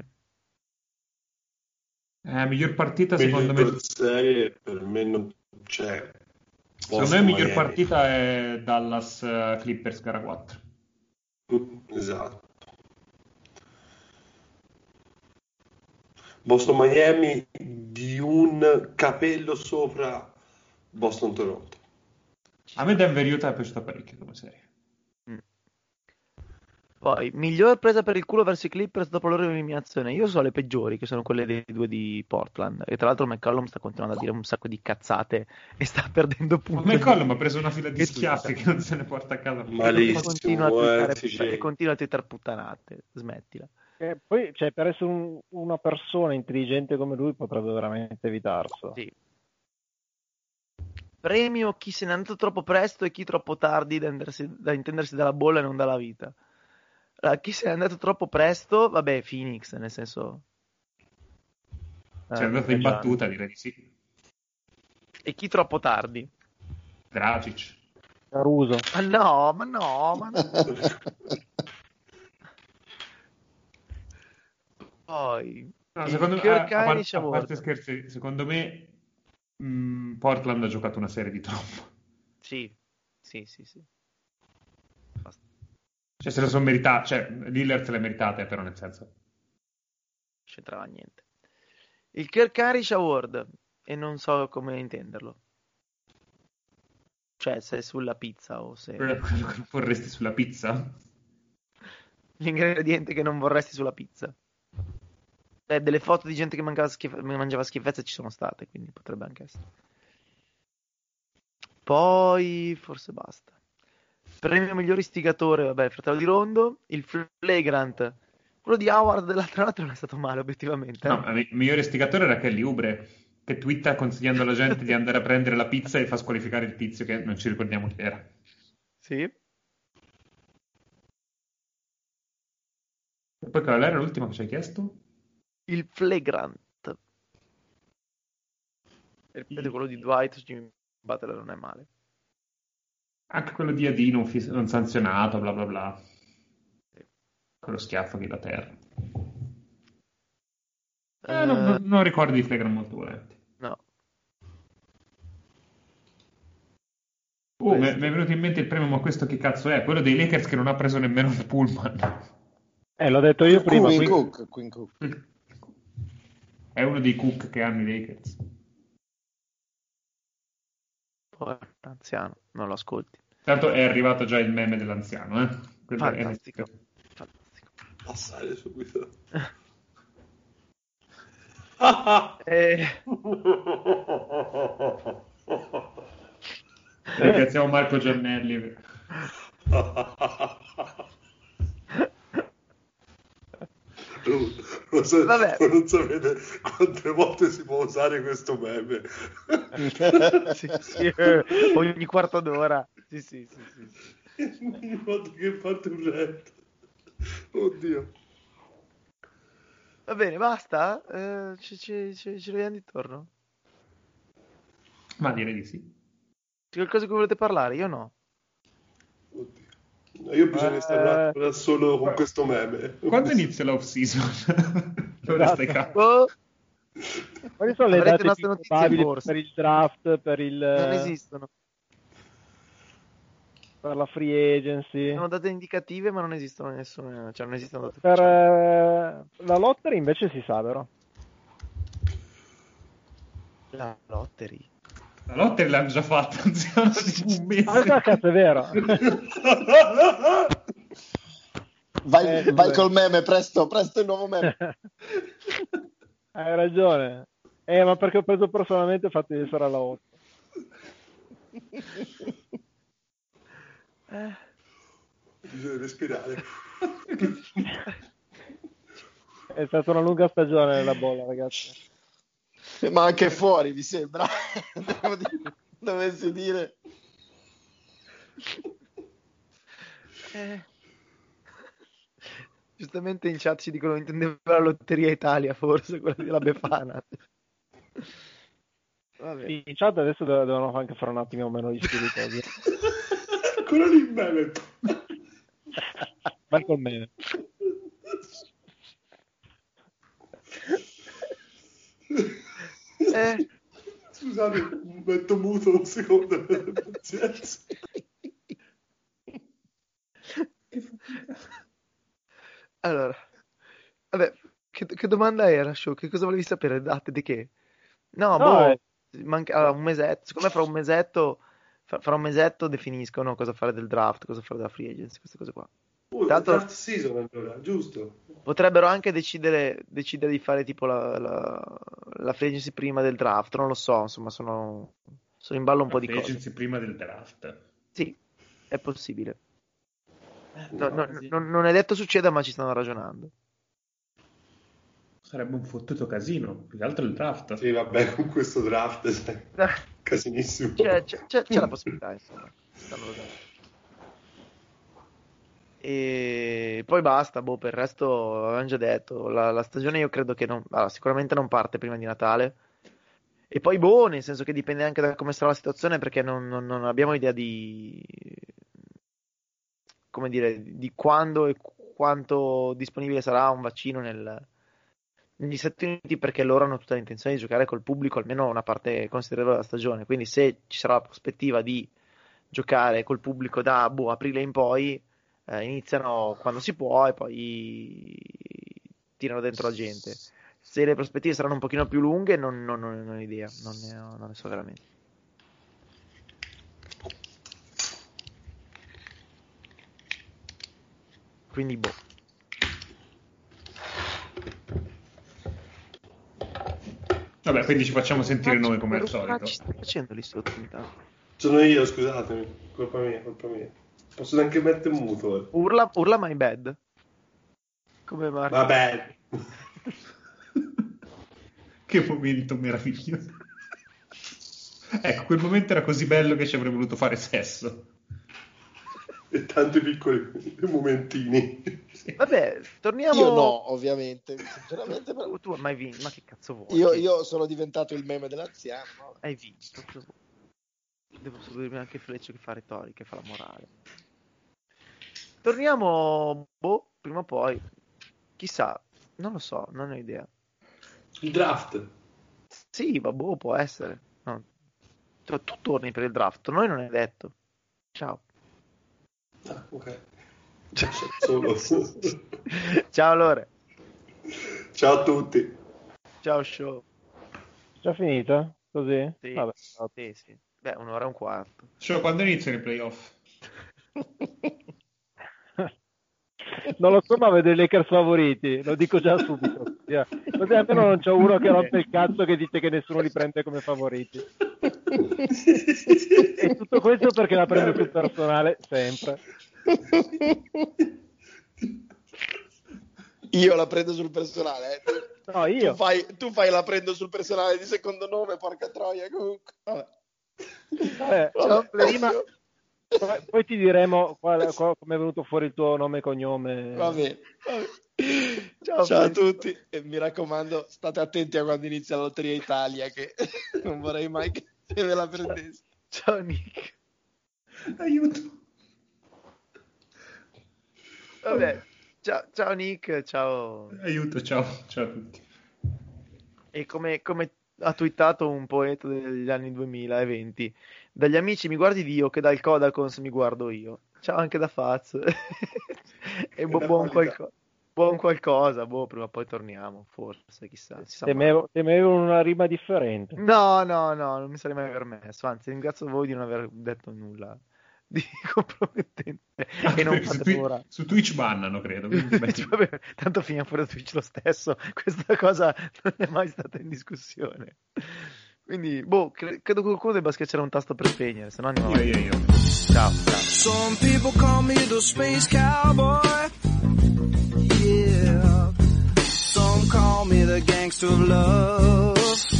Eh, miglior partita Miglior secondo me... serie per me non c'è. Secondo me Boston, miglior Miami. partita è Dallas eh, Clippers gara quattro. Mm, esatto. Boston Miami di un capello sopra Boston Toronto. A me Denver Utah è piaciuta parecchio come serie. Mm. Poi, miglior presa per il culo verso i Clippers dopo la loro eliminazione. Io so le peggiori, che sono quelle dei due di Portland. E tra l'altro McCollum sta continuando a dire un sacco di cazzate e sta perdendo Ma punti. McCollum ha preso una fila di E schiaffi twitta. che non se ne porta a casa. Malissimo, E continua a eh, twittare T J. e continua a twittare puttanate. Smettila. E poi, cioè, per essere un- una persona intelligente come lui potrebbe veramente evitarselo. Sì. Premio chi se n'è andato troppo presto e chi troppo tardi da, intendersi, da intendersi dalla bolla e non dalla vita. Allora, chi se n'è andato troppo presto, vabbè, Phoenix, nel senso... Se è Eh, andato eh in già. battuta, direi di sì. E chi troppo tardi? Dragic. Caruso. Ma no, ma no, ma no. Poi... No, il secondo me, Kirk a, a par- Heinrich a parte Award. scherzi, secondo me mh, Portland ha giocato una serie di troppo. Sì, sì, sì, sì. Basta. Cioè, se lo sono meritate, cioè, Lillard se le meritate, però nel senso. Non c'entrava niente. Il Kirk Heinrich Award, e non so come intenderlo. Cioè, se è sulla pizza o se... Quello quello che vorresti sulla pizza? L'ingrediente che non vorresti sulla pizza. Eh, delle foto di gente che mangiava, schif- mangiava schifezze ci sono state, quindi potrebbe anche essere. Poi, forse basta. Premio miglior istigatore, vabbè, il fratello di Rondo. Il Flagrant. Quello di Howard dell'altra notte non è stato male, obiettivamente. No, Eh? il migliore istigatore era Kelly Oubre, che twitta consigliando alla gente di andare a prendere la pizza e fa squalificare il tizio che non ci ricordiamo chi era. Sì. E poi qual era l'ultima che ci hai chiesto? Il Flagrant. E ripeto, quello di Dwight su Jimmy Butler non è male. Anche quello di Adi non, fis- non sanzionato, bla bla bla. Quello schiaffo che la terra. Eh, non, non, non ricordo di Flagrant molto volenti. No. Oh, mi Questo. mi è venuto in mente il premio, ma questo che cazzo è? Quello dei Lakers che non ha preso nemmeno il pullman. Eh, l'ho detto io prima. Queen qui- Cook, Queen Cook. È uno dei cook che hanno i Lakers. Poi, anziano, non lo ascolti. Tanto è arrivato già il meme dell'anziano, eh? Quello è- Fantastico. Fantastico. Passare subito. Eh, Ringraziamo Marco Giannelli. Non, non, so, Vabbè. non sapete quante volte si può usare questo meme. Sì, sì, eh, ogni quarto d'ora. Sì, sì, sì, sì, sì. Ogni volta che fate un letto. Oddio. Va bene, basta? Eh, ci, ci, ci, ci vediamo di torno. Ma direi di sì. C'è qualcosa di cui volete parlare? Io no. Oddio. No, io bisogna Eh, stare un attimo da solo con questo meme. Quando inizia l'off season? Allora stai Esatto. calmo. Oh, Quali sono le avrete date nostre più notizie probabili forse. per il draft, per, il, Non esistono. per la free agency? Sono date indicative, ma non esistono nessune, cioè non esistono date Per ufficiali. eh, la lottery invece si sa, vero? La lottery. La lottery l'hanno già fatta, anziano tipo un mese. Ah, no, cazzo, è vero. Vai, Eh, vai sì. col meme, presto, presto il nuovo meme. Hai ragione. Eh, ma perché ho preso personalmente il fatto di essere alla otto. Eh, Bisogna respirare. È stata una lunga stagione nella bolla, ragazzi. Ma anche fuori, mi sembra. Devo dire, dovessi dire. eh. Giustamente in chat ci dicono intendeva la Lotteria Italia, forse, quella della Befana. Vabbè. Sì, in chat adesso de- devono anche fare un attimo meno di spiritosi. Ancora lì il meme. Vai con me. Eh, Scusate, metto muto un secondo per pazienza. allora, vabbè, che, che domanda era, Show? Che cosa volevi sapere? Date di che? No, No, boh, eh. manca allora, un mesetto. Secondo me fra un mesetto, fra, fra un mesetto definiscono cosa fare del draft, cosa fare della free agency, queste cose qua. Uh, Tra l'altro draft season allora, giusto? potrebbero anche decidere, decidere di fare tipo la, la, la free agency prima del draft, non lo so, insomma, sono, sono in ballo un po' di Free cose. agency prima del draft. Sì, è possibile. No, No, no, non, non è detto succeda, ma ci stanno ragionando. Sarebbe un fottuto casino, più che altro il draft. Sì, vabbè, con questo draft sai, casinissimo. C'è, c'è, c'è, c'è la possibilità, insomma. Stanno ragionando. E poi basta, boh, per il resto avevamo già detto, la, la stagione io credo che non, allora, sicuramente non parte prima di Natale. E poi boh, nel senso che dipende anche da come sarà la situazione, perché non, non- non abbiamo idea di, come dire, di quando e quanto disponibile sarà un vaccino nel- negli Stati Uniti, perché loro hanno tutta l'intenzione di giocare col pubblico almeno una parte considerevole della stagione. Quindi se ci sarà la prospettiva di giocare col pubblico da boh, aprile in poi, eh, iniziano quando si può e poi tirano dentro la gente. Se le prospettive saranno un pochino più lunghe, non, non- non- non ho idea, non ne, ho- non ne so veramente. Quindi, boh. Vabbè, quindi ci facciamo sentire noi come al Che solito. ci stai facendo lì sotto intanto? Sono io, scusatemi, colpa mia, colpa mia. Posso neanche mettere muto. eh. Urla, urla my bad. Come Marco. Vabbè. Che momento meraviglioso. Ecco, quel momento era così bello che ci avrei voluto fare sesso. E tanti piccoli momentini. Vabbè, torniamo. Io no, ovviamente. Sinceramente, però. Tu, tu mai vinto? Ma che cazzo vuoi? Io, Che- io sono diventato il meme dell'anziano. no? Hai vinto. Cosa vuoi? Devo seguirmi anche Fleccio che fa retorica, che fa la morale. Torniamo, boh, prima o poi. Chissà, non lo so, non ho idea. Il draft. Sì, ma boh, può essere. No. Tu, tu torni per il draft, noi non è detto. Ciao. Ah, ok. Solo. Ciao Lore. Ciao a tutti. Ciao Show. Già finita? Così? Sì, Vabbè. sì, sì. Beh, un'ora e un quarto. Cioè, quando iniziano i playoff? Non lo so, ma vedo i Lakers favoriti, lo dico già subito. Così così almeno non c'è uno che rompe il cazzo che dice che nessuno li prende come favoriti. E tutto questo perché la prendo sul personale sempre. Io la prendo sul personale, eh. No, io. Tu fai, tu fai la prendo sul personale di secondo nome, porca troia, comunque. Vabbè. Vabbè, Ciao, prima, poi, poi ti diremo qual, qual, come è venuto fuori il tuo nome e cognome. Va bene, va bene. Ciao, Ciao a tutti e mi raccomando, state attenti a quando inizia la Lotteria Italia, che non vorrei mai che ve la prendessi. Ciao Nick. Aiuto. Vabbè, ciao, ciao Nick, ciao. Aiuto, ciao, ciao a tutti. E come, come ha twittato un poeta degli anni duemilaventi, dagli amici mi guardi Dio, che dal Codacons mi guardo io. Ciao anche da Faz. E bu- buon, qualco- buon qualcosa, boh, prima o poi torniamo, forse, chissà. Si sa mai. Temevo, temevo una rima differente. No, no, no, non mi sarei mai permesso, anzi ringrazio voi di non aver detto nulla di compromettente e non su, fate Twi- paura. su Twitch bannano, credo. quindi beh, Vabbè, tanto finiamo fuori da Twitch lo stesso, questa cosa non è mai stata in discussione. Quindi, boh, cre- credo che qualcuno debba schiacciare un tasto per spegnere, se no andiamo io, avanti. io, io. Ciao, ciao. Some people call me the space cowboy. Yeah. Some call me the gangster of love.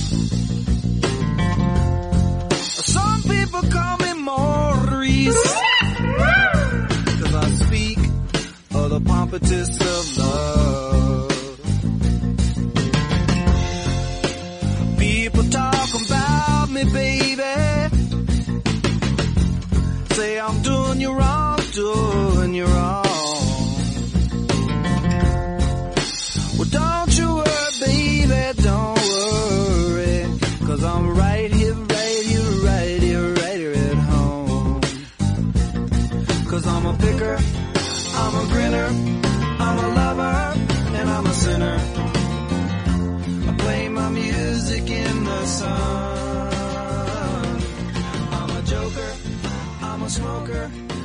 Some people call me Maurice. Cause I speak of the pompatus of love. People talk about me, baby. Say I'm doing you wrong, doing you wrong. Well, don't you worry, baby, don't worry. Cause I'm right here, right here, right here, right here at home. Cause I'm a picker, I'm a grinner, I'm a lover, and I'm a sinner. I play my music in the sun. I'm a joker, I'm a smoker.